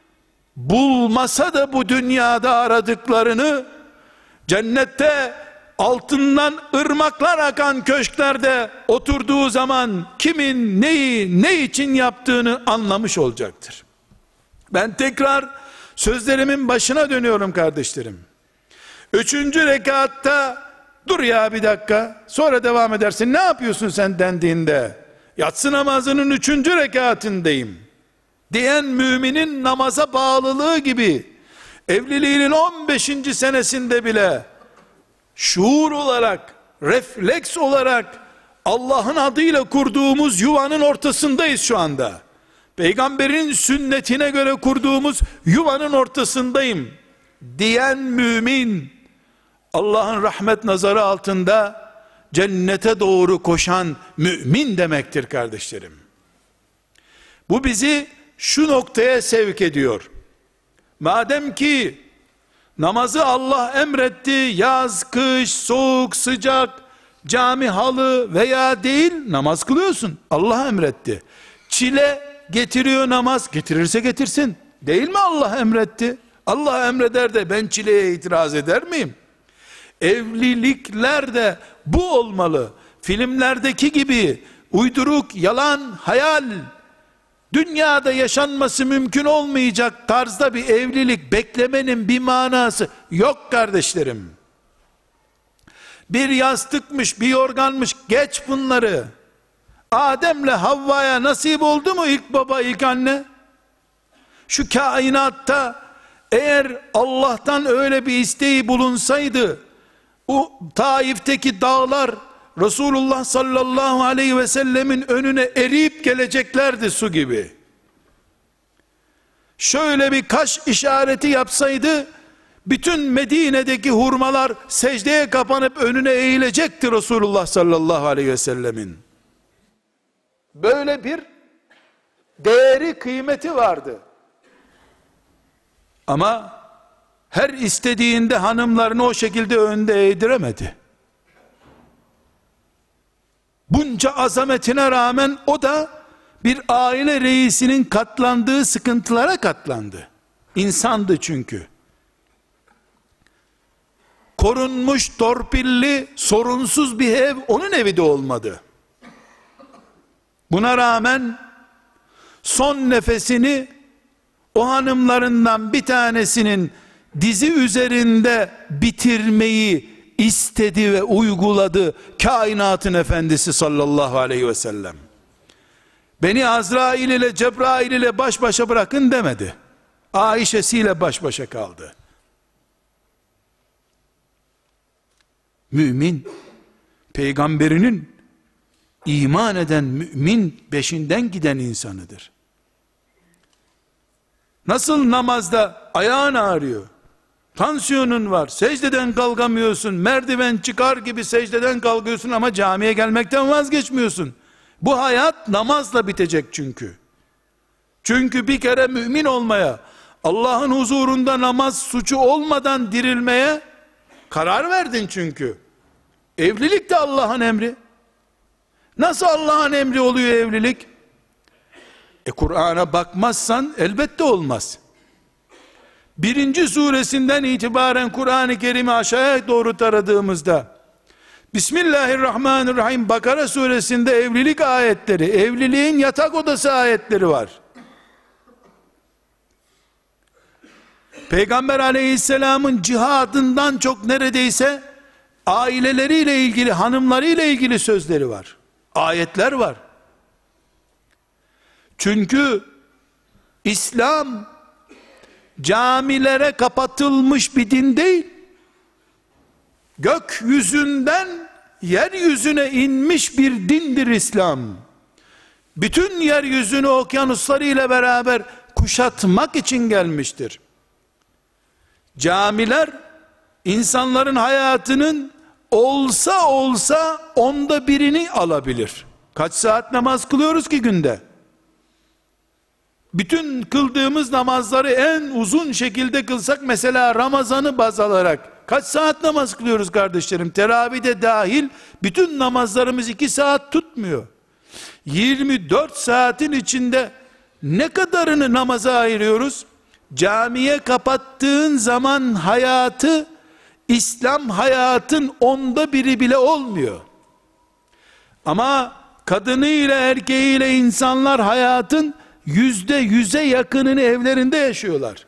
bulmasa da bu dünyada aradıklarını, cennette altından ırmaklar akan köşklerde oturduğu zaman kimin neyi ne için yaptığını anlamış olacaktır. Ben tekrar sözlerimin başına dönüyorum kardeşlerim. Üçüncü rekatta dur ya bir dakika sonra devam edersin, ne yapıyorsun sen dendiğinde, yatsı namazının üçüncü rekatındayım diyen müminin namaza bağlılığı gibi evliliğinin on beşinci senesinde bile şuur olarak, refleks olarak Allah'ın adıyla kurduğumuz yuvanın ortasındayız şu anda. Peygamberin sünnetine göre kurduğumuz yuvanın ortasındayım diyen mümin, Allah'ın rahmet nazarı altında cennete doğru koşan mümin demektir kardeşlerim. Bu bizi şu noktaya sevk ediyor. Madem ki namazı Allah emretti, yaz, kış, soğuk, sıcak, cami halı veya değil, namaz kılıyorsun. Allah emretti. Çile getiriyor namaz, getirirse getirsin. Değil mi Allah emretti? Allah emreder de ben çileye itiraz eder miyim? Evlilikler de bu olmalı. Filmlerdeki gibi uyduruk, yalan, hayal, dünyada yaşanması mümkün olmayacak tarzda bir evlilik beklemenin bir manası yok kardeşlerim. Bir yastıkmış, bir yorganmış, geç bunları. Adem'le Havva'ya nasip oldu mu ilk baba, ilk anne? Şu kainatta eğer Allah'tan öyle bir isteği bulunsaydı, o Taif'teki dağlar Resulullah sallallahu aleyhi ve sellemin önüne eriyip geleceklerdi su gibi. Şöyle bir kaş işareti yapsaydı, bütün Medine'deki hurmalar secdeye kapanıp önüne eğilecekti Resulullah sallallahu aleyhi ve sellemin. Böyle bir değeri, kıymeti vardı. Ama her istediğinde hanımlarını o şekilde önde eğdiremedi. Bunca azametine rağmen o da bir aile reisinin katlandığı sıkıntılara katlandı. İnsandı çünkü. Korunmuş, torpilli, sorunsuz bir ev onun evi de olmadı. Buna rağmen son nefesini o hanımlarından bir tanesinin dizi üzerinde bitirmeyi istedi ve uyguladı kainatın efendisi sallallahu aleyhi ve sellem. Beni Azrail ile Cebrail ile baş başa bırakın demedi. Ayşe'siyle baş başa kaldı. Mümin, peygamberinin iman eden mümin peşinden giden insanıdır. Nasıl namazda ayağın ağrıyor, tansiyonun var, secdeden kalkamıyorsun, merdiven çıkar gibi secdeden kalkıyorsun ama camiye gelmekten vazgeçmiyorsun. Bu hayat namazla bitecek çünkü. Çünkü bir kere mümin olmaya, Allah'ın huzurunda namaz suçu olmadan dirilmeye karar verdin çünkü. Evlilik de Allah'ın emri. Nasıl Allah'ın emri oluyor evlilik? E Kur'an'a bakmazsan elbette olmaz. birinci suresinden itibaren Kur'an-ı Kerim'i aşağıya doğru taradığımızda, Bismillahirrahmanirrahim Bakara suresinde evlilik ayetleri, evliliğin yatak odası ayetleri var. Peygamber aleyhisselamın cihadından çok neredeyse aileleriyle ilgili, hanımlarıyla ilgili sözleri var. Ayetler var. Çünkü İslam camilere kapatılmış bir din değil. Gökyüzünden yeryüzüne inmiş bir dindir İslam. Bütün yeryüzünü okyanuslarıyla beraber kuşatmak için gelmiştir. Camiler insanların hayatının olsa olsa onda birini alabilir. Kaç saat namaz kılıyoruz ki günde? Bütün kıldığımız namazları en uzun şekilde kılsak, mesela Ramazan'ı baz alarak kaç saat namaz kılıyoruz kardeşlerim? Teravih de dahil bütün namazlarımız iki saat tutmuyor. yirmi dört saatin içinde ne kadarını namaza ayırıyoruz? Camiye kapattığın zaman hayatı, İslam hayatın onda biri bile olmuyor. Ama kadınıyla erkeğiyle insanlar hayatın yüzde yüze yakınını evlerinde yaşıyorlar.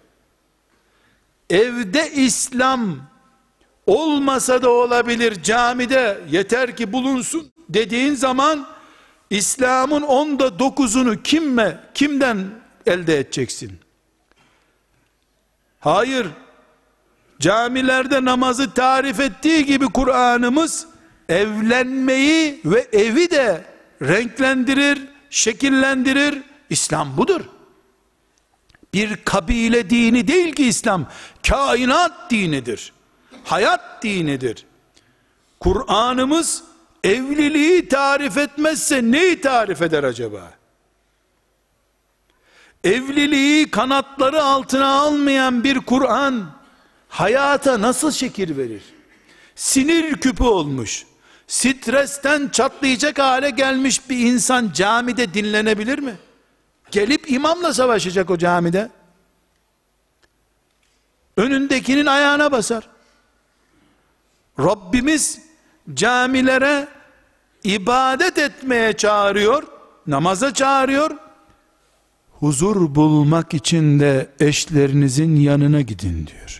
Evde İslam olmasa da olabilir, camide yeter ki bulunsun dediğin zaman İslam'ın onda dokuzunu kime, kimden elde edeceksin? Hayır, camilerde namazı tarif ettiği gibi Kur'an'ımız evlenmeyi ve evi de renklendirir, şekillendirir. İslam budur. Bir kabile dini değil ki İslam, kainat dinidir. Hayat dinidir. Kur'an'ımız evliliği tarif etmezse neyi tarif eder acaba? Evliliği kanatları altına almayan bir Kur'an hayata nasıl şekil verir? Sinir küpü olmuş, stresten çatlayacak hale gelmiş bir insan camide dinlenebilir mi? Gelip imamla savaşacak o camide. Önündekinin ayağına basar. Rabbimiz camilere ibadet etmeye çağırıyor, namaza çağırıyor. Huzur bulmak için de eşlerinizin yanına gidin diyor.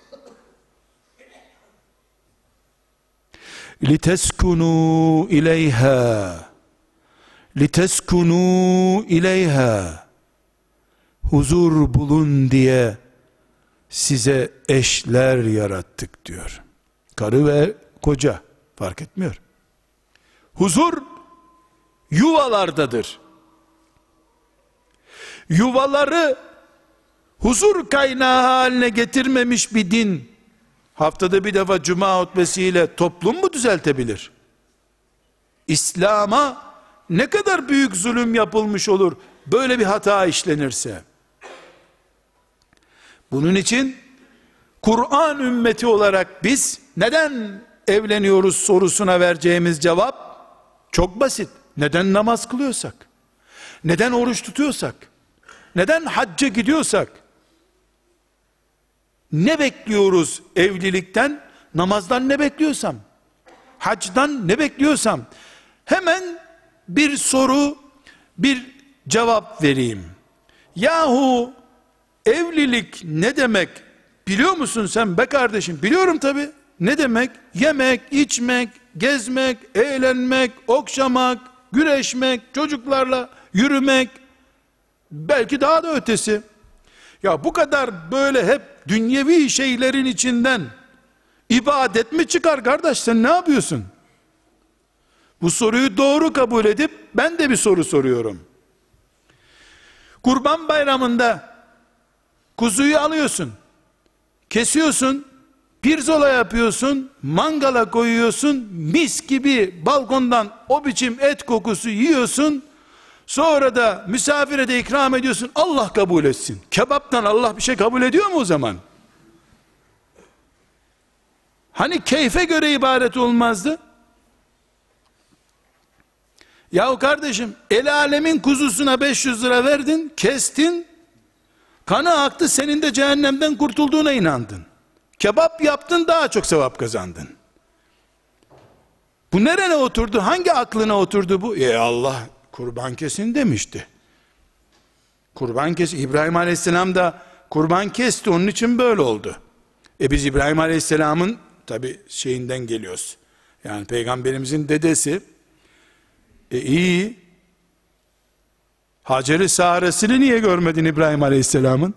لِتَسْكُنُوا اِلَيْهَا لِتَسْكُنُوا اِلَيْهَا Huzur bulun diye size eşler yarattık diyor. Karı ve koca fark etmiyor. Huzur yuvalardadır. Yuvaları huzur kaynağı haline getirmemiş bir din, haftada bir defa cuma hutbesiyle toplum mu düzeltebilir? İslam'a ne kadar büyük zulüm yapılmış olur böyle bir hata işlenirse. Bunun için Kur'an ümmeti olarak biz neden evleniyoruz sorusuna vereceğimiz cevap çok basit. Neden namaz kılıyorsak, neden oruç tutuyorsak, neden hacca gidiyorsak, ne bekliyoruz evlilikten? Namazdan ne bekliyorsam, hacdan ne bekliyorsam, hemen bir soru, bir cevap vereyim. Yahu evlilik ne demek biliyor musun sen be kardeşim? Biliyorum tabi. Ne demek? Yemek, içmek, gezmek, eğlenmek, okşamak, güreşmek, çocuklarla yürümek, belki daha da ötesi. Ya bu kadar böyle hep dünyevi şeylerin içinden ibadet mi çıkar kardeş, sen ne yapıyorsun? Bu soruyu doğru kabul edip ben de bir soru soruyorum. Kurban Bayramı'nda kuzuyu alıyorsun, kesiyorsun, pirzola yapıyorsun, mangala koyuyorsun, mis gibi balkondan o biçim et kokusu yiyorsun, sonra da misafire de ikram ediyorsun, Allah kabul etsin. Kebaptan Allah bir şey kabul ediyor mu o zaman? Hani keyfe göre ibadet olmazdı? Yahu kardeşim, el alemin kuzusuna beş yüz lira verdin, kestin, Kanı aktı, senin de cehennemden kurtulduğuna inandın. Kebap yaptın, daha çok sevap kazandın. Bu nerene oturdu? Hangi aklına oturdu bu? E Allah kurban kesin demişti. Kurban kes. İbrahim Aleyhisselam da kurban kesti, onun için böyle oldu. E biz İbrahim Aleyhisselam'ın tabi şeyinden geliyoruz. Yani peygamberimizin dedesi. E iyi. Hacer-i Saresini niye görmedin İbrahim Aleyhisselam'ın?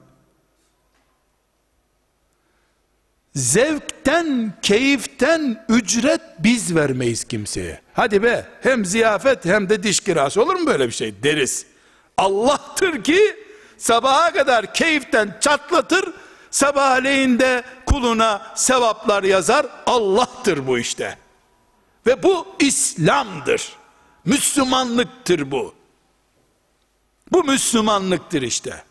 Zevkten, keyiften ücret biz vermeyiz kimseye. Hadi be, hem ziyafet hem de diş kirası, olur mu böyle bir şey deriz. Allah'tır ki sabaha kadar keyiften çatlatır, sabahleyin de kuluna sevaplar yazar. Allah'tır bu işte. Ve bu İslam'dır. Müslümanlıktır bu. Bu Müslümanlıktır işte.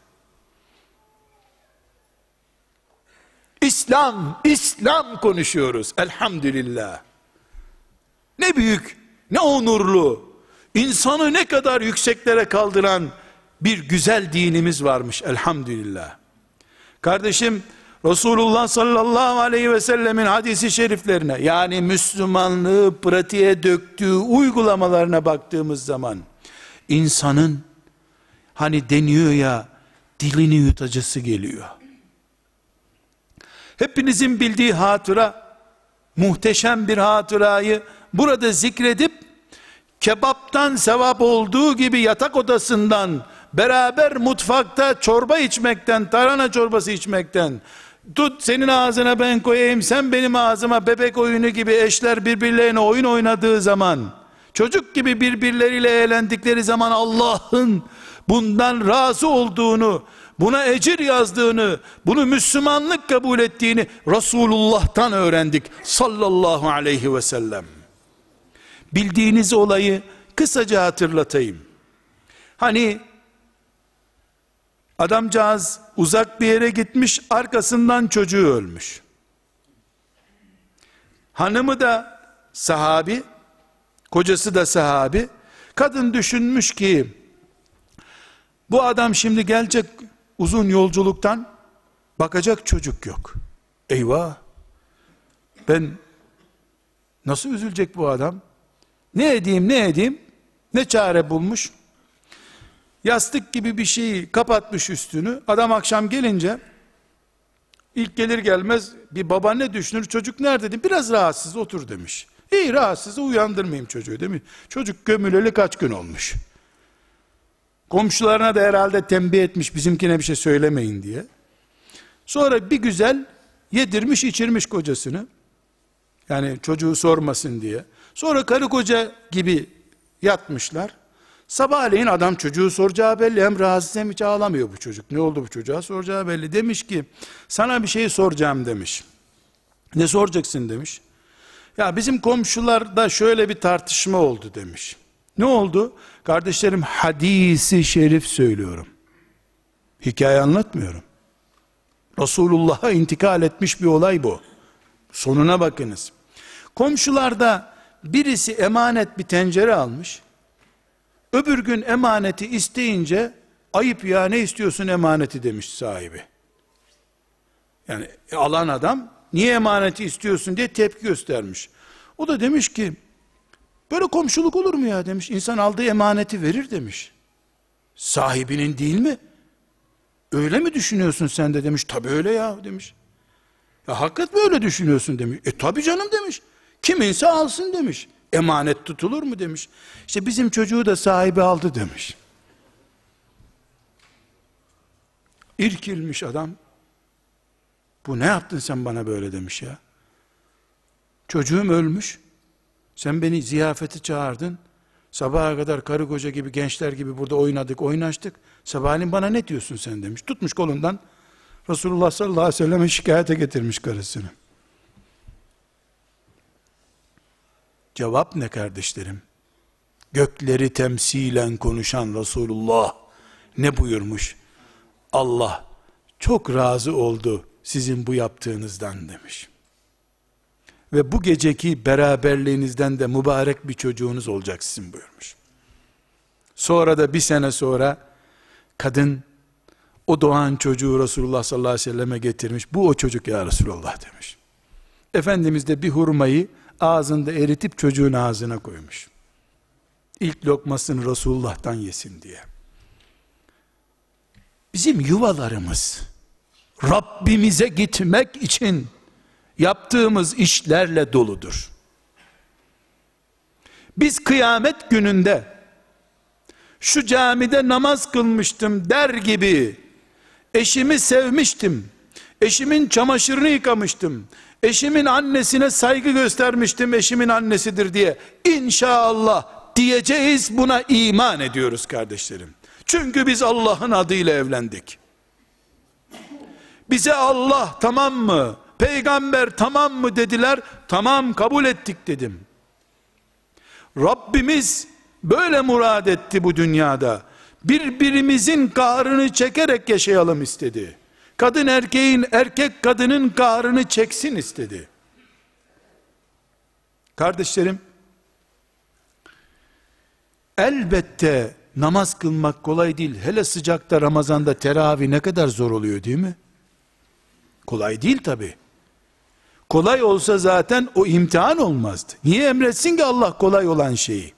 İslam, İslam konuşuyoruz elhamdülillah. Ne büyük, ne onurlu, insanı ne kadar yükseklere kaldıran bir güzel dinimiz varmış elhamdülillah. Kardeşim, Resulullah sallallahu aleyhi ve sellemin hadisi şeriflerine, yani Müslümanlığı pratiğe döktüğü uygulamalarına baktığımız zaman, insanın hani deniyor ya, dilini yutacası geliyor. Hepinizin bildiği hatıra, muhteşem bir hatırayı burada zikredip, kebaptan sevap olduğu gibi yatak odasından, beraber mutfakta çorba içmekten, tarhana çorbası içmekten, tut senin ağzına ben koyayım, sen benim ağzıma, bebek oyunu gibi eşler birbirlerine oyun oynadığı zaman, çocuk gibi birbirleriyle eğlendikleri zaman Allah'ın bundan razı olduğunu, buna ecir yazdığını, bunu Müslümanlık kabul ettiğini Resulullah'tan öğrendik sallallahu aleyhi ve sellem. Bildiğiniz olayı kısaca hatırlatayım. Hani adamcağız uzak bir yere gitmiş, arkasından çocuğu ölmüş. Hanımı da sahabi, kocası da sahabi. Kadın düşünmüş ki bu adam şimdi gelecek uzun yolculuktan, bakacak çocuk yok. Eyvah! Ben nasıl üzülecek bu adam? Ne edeyim ne edeyim? Ne çare bulmuş? Yastık gibi bir şeyi kapatmış üstünü. Adam akşam gelince, ilk gelir gelmez bir baba ne düşünür? Çocuk nerede dedim. Biraz rahatsız, otur demiş. İyi, rahatsız, uyandırmayayım çocuğu demiş. Çocuk gömüleli kaç gün olmuş. Komşularına da herhalde tembih etmiş, bizimkine bir şey söylemeyin diye. Sonra bir güzel yedirmiş içirmiş kocasını. Yani çocuğu sormasın diye. Sonra karı koca gibi yatmışlar. Sabahleyin adam çocuğu soracağı belli. Hem rahatsız hem hiç ağlamıyor bu çocuk. Ne oldu bu çocuğa soracağı belli. Demiş ki sana bir şey soracağım demiş. Ne soracaksın demiş. Ya bizim komşularda şöyle bir tartışma oldu demiş. Ne oldu? Kardeşlerim, hadisi şerif söylüyorum. Hikaye anlatmıyorum. Resulullah'a intikal etmiş bir olay bu. Sonuna bakınız. Komşularda birisi emanet bir tencere almış. Öbür gün emaneti isteyince, ayıp ya, ne istiyorsun emaneti demiş sahibi. Yani alan adam niye emaneti istiyorsun diye tepki göstermiş. O da demiş ki böyle komşuluk olur mu ya demiş. İnsan aldığı emaneti verir demiş. Sahibinin değil mi? Öyle mi düşünüyorsun sen de demiş. Tabii öyle ya demiş. Ya hakikat mi öyle düşünüyorsun demiş. E tabii canım demiş. Kiminse alsın demiş. Emanet tutulur mu demiş. İşte bizim çocuğu da sahibi aldı demiş. İrkilmiş adam. Bu ne yaptın sen bana böyle demiş ya. Çocuğum ölmüş. Sen beni ziyafete çağırdın. Sabaha kadar karı koca gibi, gençler gibi burada oynadık, oynaştık. Sabahleyin bana ne diyorsun sen demiş. Tutmuş kolundan Resulullah sallallahu aleyhi ve sellem'e şikayete getirmiş karısını. Cevap ne kardeşlerim? Gökleri temsilen konuşan Resulullah ne buyurmuş? Allah çok razı oldu sizin bu yaptığınızdan demiş. Ve bu geceki beraberliğinizden de mübarek bir çocuğunuz olacak sizin buyurmuş. Sonra da bir sene sonra kadın O doğan çocuğu Resulullah sallallahu aleyhi ve selleme getirmiş. Bu o çocuk ya Resulullah demiş. Efendimiz de bir hurmayı ağzında eritip çocuğun ağzına koymuş. İlk lokmasını Resulullah'tan yesin diye. Bizim yuvalarımız Rabbimize gitmek için yaptığımız işlerle doludur. Biz kıyamet gününde şu camide namaz kılmıştım der gibi, eşimi sevmiştim, eşimin çamaşırını yıkamıştım, eşimin annesine saygı göstermiştim, eşimin annesidir diye inşallah diyeceğiz, buna iman ediyoruz kardeşlerim. Çünkü biz Allah'ın adıyla evlendik. Bize Allah tamam mı, peygamber tamam mı dediler, tamam kabul ettik dedim. Rabbimiz böyle murad etti bu dünyada. Birbirimizin kahrını çekerek yaşayalım istedi. Kadın erkeğin, erkek kadının kahrını çeksin istedi. Kardeşlerim, elbette namaz kılmak kolay değil. Hele sıcakta Ramazan'da teravih ne kadar zor oluyor değil mi? Kolay değil tabi. Kolay olsa zaten o imtihan olmazdı. Niye emretsin ki Allah kolay olan şeyi?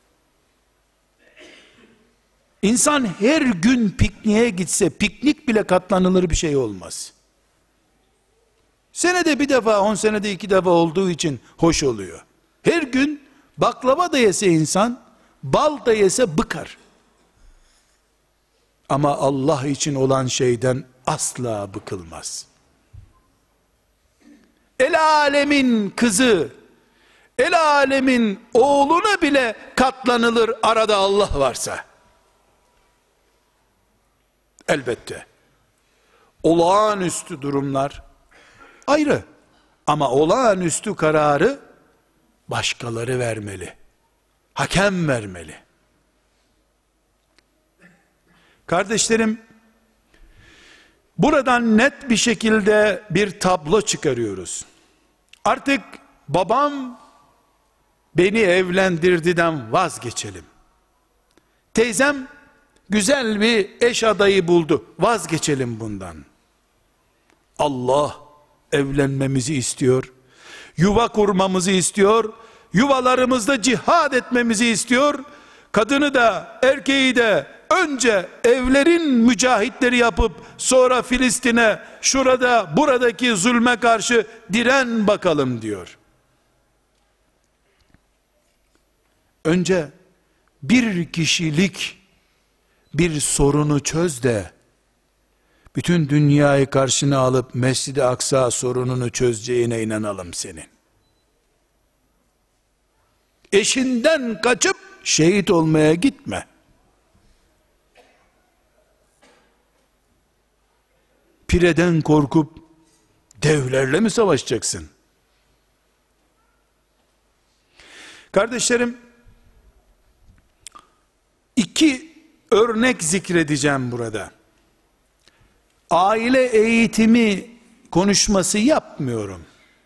İnsan her gün pikniğe gitse, piknik bile katlanılır bir şey olmaz. Senede bir defa, on senede iki defa olduğu için hoş oluyor. Her gün baklava da yese insan, bal da yese bıkar. Ama Allah için olan şeyden asla bıkılmaz. El alemin kızı, el alemin oğluna bile katlanılır arada Allah varsa. Elbette. Olağanüstü durumlar ayrı. Ama olağanüstü kararı başkaları vermeli. Hakem vermeli. Kardeşlerim, buradan net bir şekilde bir tablo çıkarıyoruz. Artık babam beni evlendirdiden vazgeçelim. Teyzem güzel bir eş adayı buldu, vazgeçelim bundan. Allah evlenmemizi istiyor, yuva kurmamızı istiyor, yuvalarımızda cihad etmemizi istiyor. Kadını da erkeği de önce evlerin mücahitleri yapıp sonra Filistin'e, şurada buradaki zulme karşı diren bakalım diyor. Önce bir kişilik bir sorunu çöz de bütün dünyayı karşına alıp Mescid-i Aksa sorununu çözeceğine inanalım senin. Eşinden kaçıp şehit olmaya gitme. Pireden korkup devlerle mi savaşacaksın? Kardeşlerim, iki örnek zikredeceğim burada. Aile eğitimi konuşması yapmıyorum.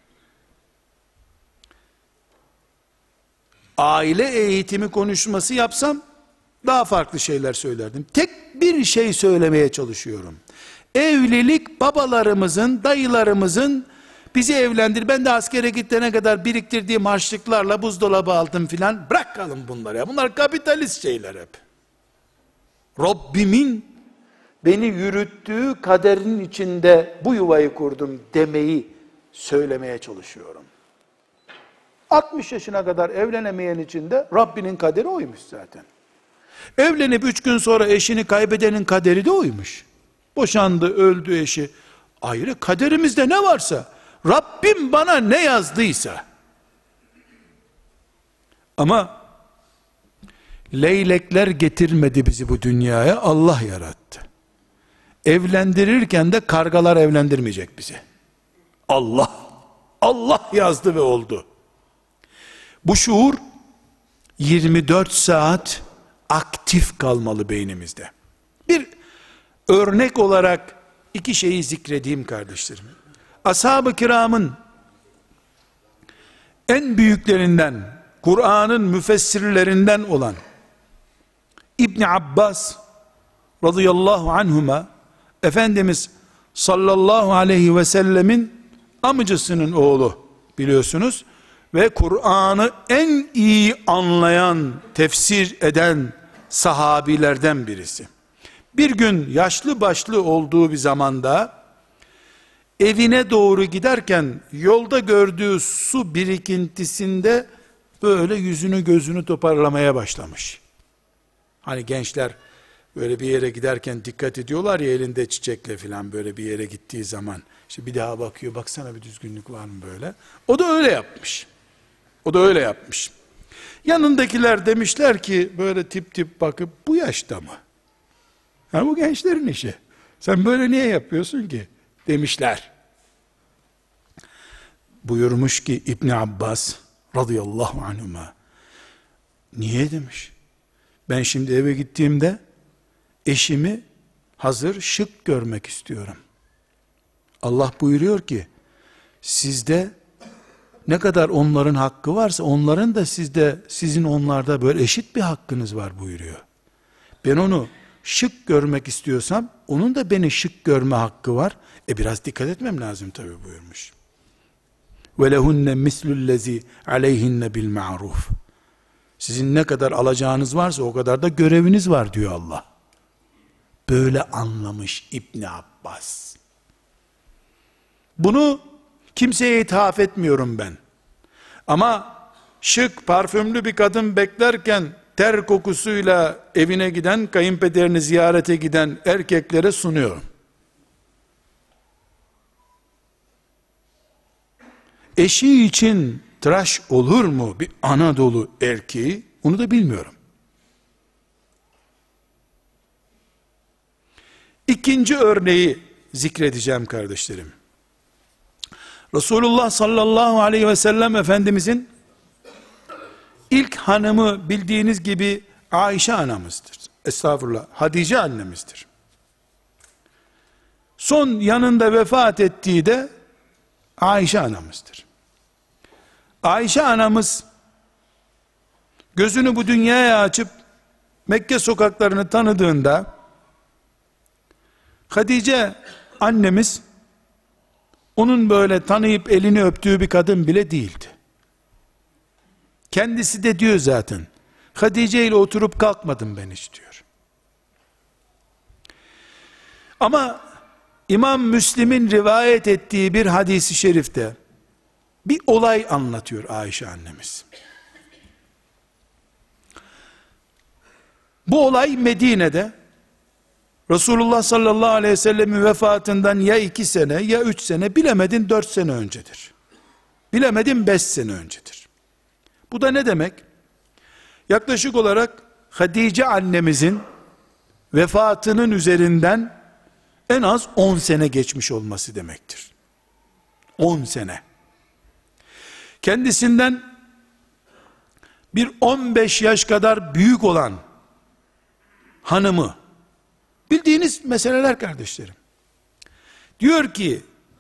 Aile eğitimi konuşması yapsam daha farklı şeyler söylerdim. Tek bir şey söylemeye çalışıyorum. Evlilik babalarımızın, dayılarımızın bizi evlendir, ben de askere gidene kadar biriktirdiğim harçlıklarla buzdolabı aldım filan, bırakalım bunları ya. Bunlar kapitalist şeyler hep. Rabbimin beni yürüttüğü kaderin içinde bu yuvayı kurdum demeyi söylemeye çalışıyorum. altmış yaşına kadar evlenemeyen için de Rabbinin kaderi oymuş zaten. Evlenip üç gün sonra eşini kaybedenin kaderi de oymuş. Boşandı, öldü eşi. Ayrı, kaderimizde ne varsa, Rabbim bana ne yazdıysa. Ama leylekler getirmedi bizi bu dünyaya, Allah yarattı. Evlendirirken de kargalar evlendirmeyecek bizi. Allah, Allah yazdı ve oldu. Bu şuur yirmi dört saat aktif kalmalı beynimizde. Bir örnek olarak iki şeyi zikredeyim kardeşlerim. Ashab-ı kiramın en büyüklerinden, Kur'an'ın müfessirlerinden olan İbn Abbas radıyallahu anhuma Efendimiz sallallahu aleyhi ve sellemin amcasının oğlu biliyorsunuz ve Kur'an'ı en iyi anlayan, tefsir eden sahabilerden birisi. Bir gün yaşlı başlı olduğu bir zamanda evine doğru giderken yolda gördüğü su birikintisinde böyle yüzünü gözünü toparlamaya başlamış. Hani gençler böyle bir yere giderken dikkat ediyorlar ya, elinde çiçekle falan böyle bir yere gittiği zaman işte bir daha bakıyor, baksana bir düzgünlük var mı böyle. O da öyle yapmış. O da öyle yapmış. Yanındakiler demişler ki böyle tip tip bakıp, bu yaşta mı? Yani bu gençlerin işi. Sen böyle niye yapıyorsun ki? Demişler. Buyurmuş ki İbn Abbas radıyallahu anhuma, niye demiş? Ben şimdi eve gittiğimde eşimi hazır şık görmek istiyorum. Allah buyuruyor ki sizde ne kadar onların hakkı varsa onların da sizde, sizin onlarda böyle eşit bir hakkınız var buyuruyor. Ben onu şık görmek istiyorsam onun da beni şık görme hakkı var. E biraz dikkat etmem lazım tabii buyurmuş. Ve lehunne mislullezî aleyhinne bil ma'ruf. Sizin ne kadar alacağınız varsa o kadar da göreviniz var diyor Allah. Böyle anlamış İbn Abbas. Bunu kimseye ithaf etmiyorum ben. Ama şık, parfümlü bir kadın beklerken ter kokusuyla evine giden, kayınpederini ziyarete giden erkeklere sunuyorum. Eşi için tıraş olur mu bir Anadolu erkeği? Onu da bilmiyorum. İkinci örneği zikredeceğim kardeşlerim. Resulullah sallallahu aleyhi ve sellem Efendimizin ilk hanımı bildiğiniz gibi Ayşe anamızdır. Estağfurullah, Hatice annemizdir. Son yanında vefat ettiği de Ayşe anamızdır. Ayşe anamız gözünü bu dünyaya açıp Mekke sokaklarını tanıdığında Hatice annemiz onun böyle tanıyıp elini öptüğü bir kadın bile değildi. Kendisi de diyor zaten, Hatice ile oturup kalkmadım ben hiç diyor. Ama İmam Müslim'in rivayet ettiği bir hadisi şerifte bir olay anlatıyor Ayşe annemiz. Bu olay Medine'de Resulullah sallallahu aleyhi ve sellemin vefatından ya iki sene ya üç sene, bilemedin dört sene öncedir. Bilemedin beş sene öncedir. Bu da ne demek? Yaklaşık olarak Hatice annemizin vefatının üzerinden en az on sene geçmiş olması demektir. on sene. Kendisinden bir on beş yaş kadar büyük olan hanımı, bildiğiniz meseleler kardeşlerim. Diyor ki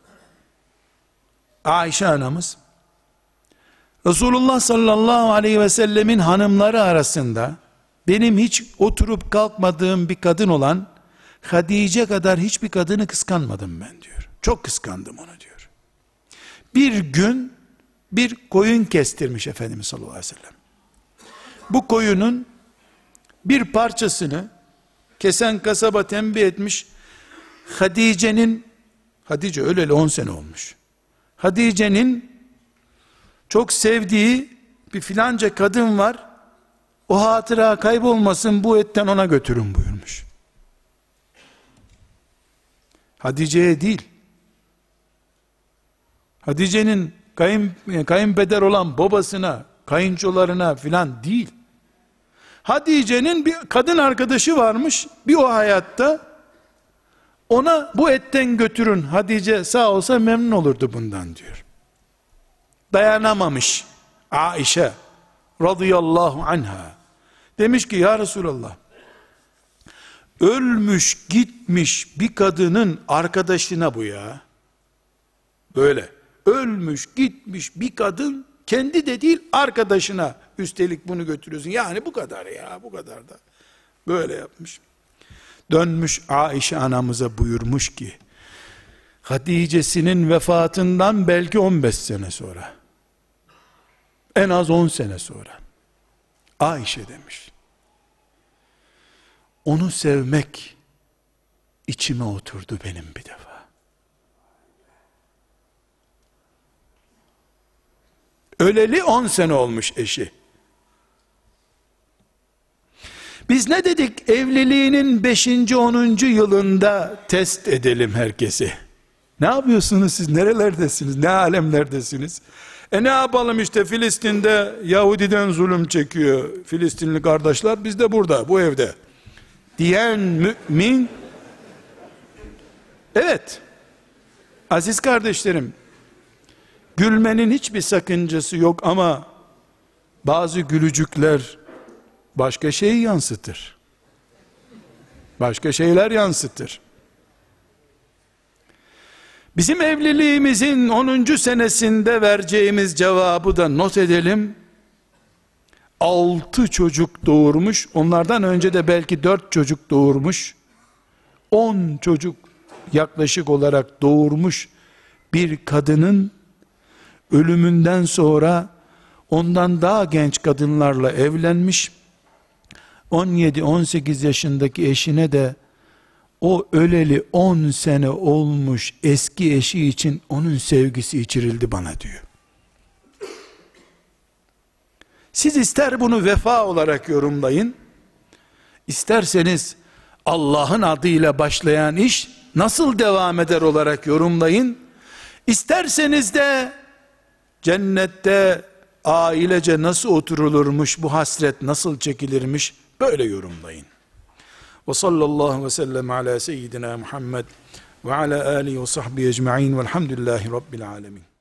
Ayşe anamız, Resulullah sallallahu aleyhi ve sellemin hanımları arasında benim hiç oturup kalkmadığım bir kadın olan Hatice kadar hiçbir kadını kıskanmadım ben diyor. Çok kıskandım onu diyor. Bir gün bir koyun kestirmiş Efendimiz sallallahu aleyhi ve sellem. Bu koyunun bir parçasını kesen kasaba tembih etmiş. Hatice'nin, Hatice öleli on sene olmuş. Hatice'nin çok sevdiği bir filanca kadın var. O hatıra kaybolmasın, bu etten ona götürün buyurmuş. Hatice'ye değil. Hatice'nin kayın, kayınpeder olan babasına, kayınçolarına filan değil. Hatice'nin bir kadın arkadaşı varmış, bir o hayatta, ona bu etten götürün, Hatice sağ olsa memnun olurdu bundan diyor. Dayanamamış Aişe radıyallahu anha. Demiş ki ya Resulallah, ölmüş gitmiş bir kadının arkadaşına bu ya. Böyle ölmüş gitmiş bir kadın, kendi de değil arkadaşına üstelik bunu götürüyorsun. Yani bu kadar ya, bu kadar da. Böyle yapmış. Dönmüş Aişe anamıza buyurmuş ki, Hatice'sinin vefatından belki on beş sene sonra, en az on sene sonra, Aişe demiş, onu sevmek içime oturdu benim bir defa. Öleli on sene olmuş eşi. Biz ne dedik? Evliliğinin beşinci, onuncu yılında test edelim herkesi. Ne yapıyorsunuz siz? Nerelerdesiniz? Ne alemlerdesiniz? E ne yapalım işte, Filistin'de Yahudiden zulüm çekiyor Filistinli kardeşler, biz de burada, bu evde diyen mümin, evet, aziz kardeşlerim, gülmenin hiçbir sakıncası yok ama bazı gülücükler başka şeyi yansıtır. Başka şeyler yansıtır. Bizim evliliğimizin onuncu senesinde vereceğimiz cevabı da not edelim. Altı çocuk doğurmuş, onlardan önce de belki dört çocuk doğurmuş, on çocuk yaklaşık olarak doğurmuş bir kadının ölümünden sonra ondan daha genç kadınlarla evlenmiş, on yedi on sekiz yaşındaki eşine de o öleli on sene olmuş eski eşi için onun sevgisi içirildi bana diyor. Siz ister bunu vefa olarak yorumlayın, isterseniz Allah'ın adıyla başlayan iş nasıl devam eder olarak yorumlayın, isterseniz de cennette ailece nasıl oturulurmuş, bu hasret nasıl çekilirmiş, böyle yorumlayın. Ve sallallahu ve sellem ala seyyidina Muhammed ve ala alihi ve sahbihi ecma'in velhamdülillahi rabbil alemin.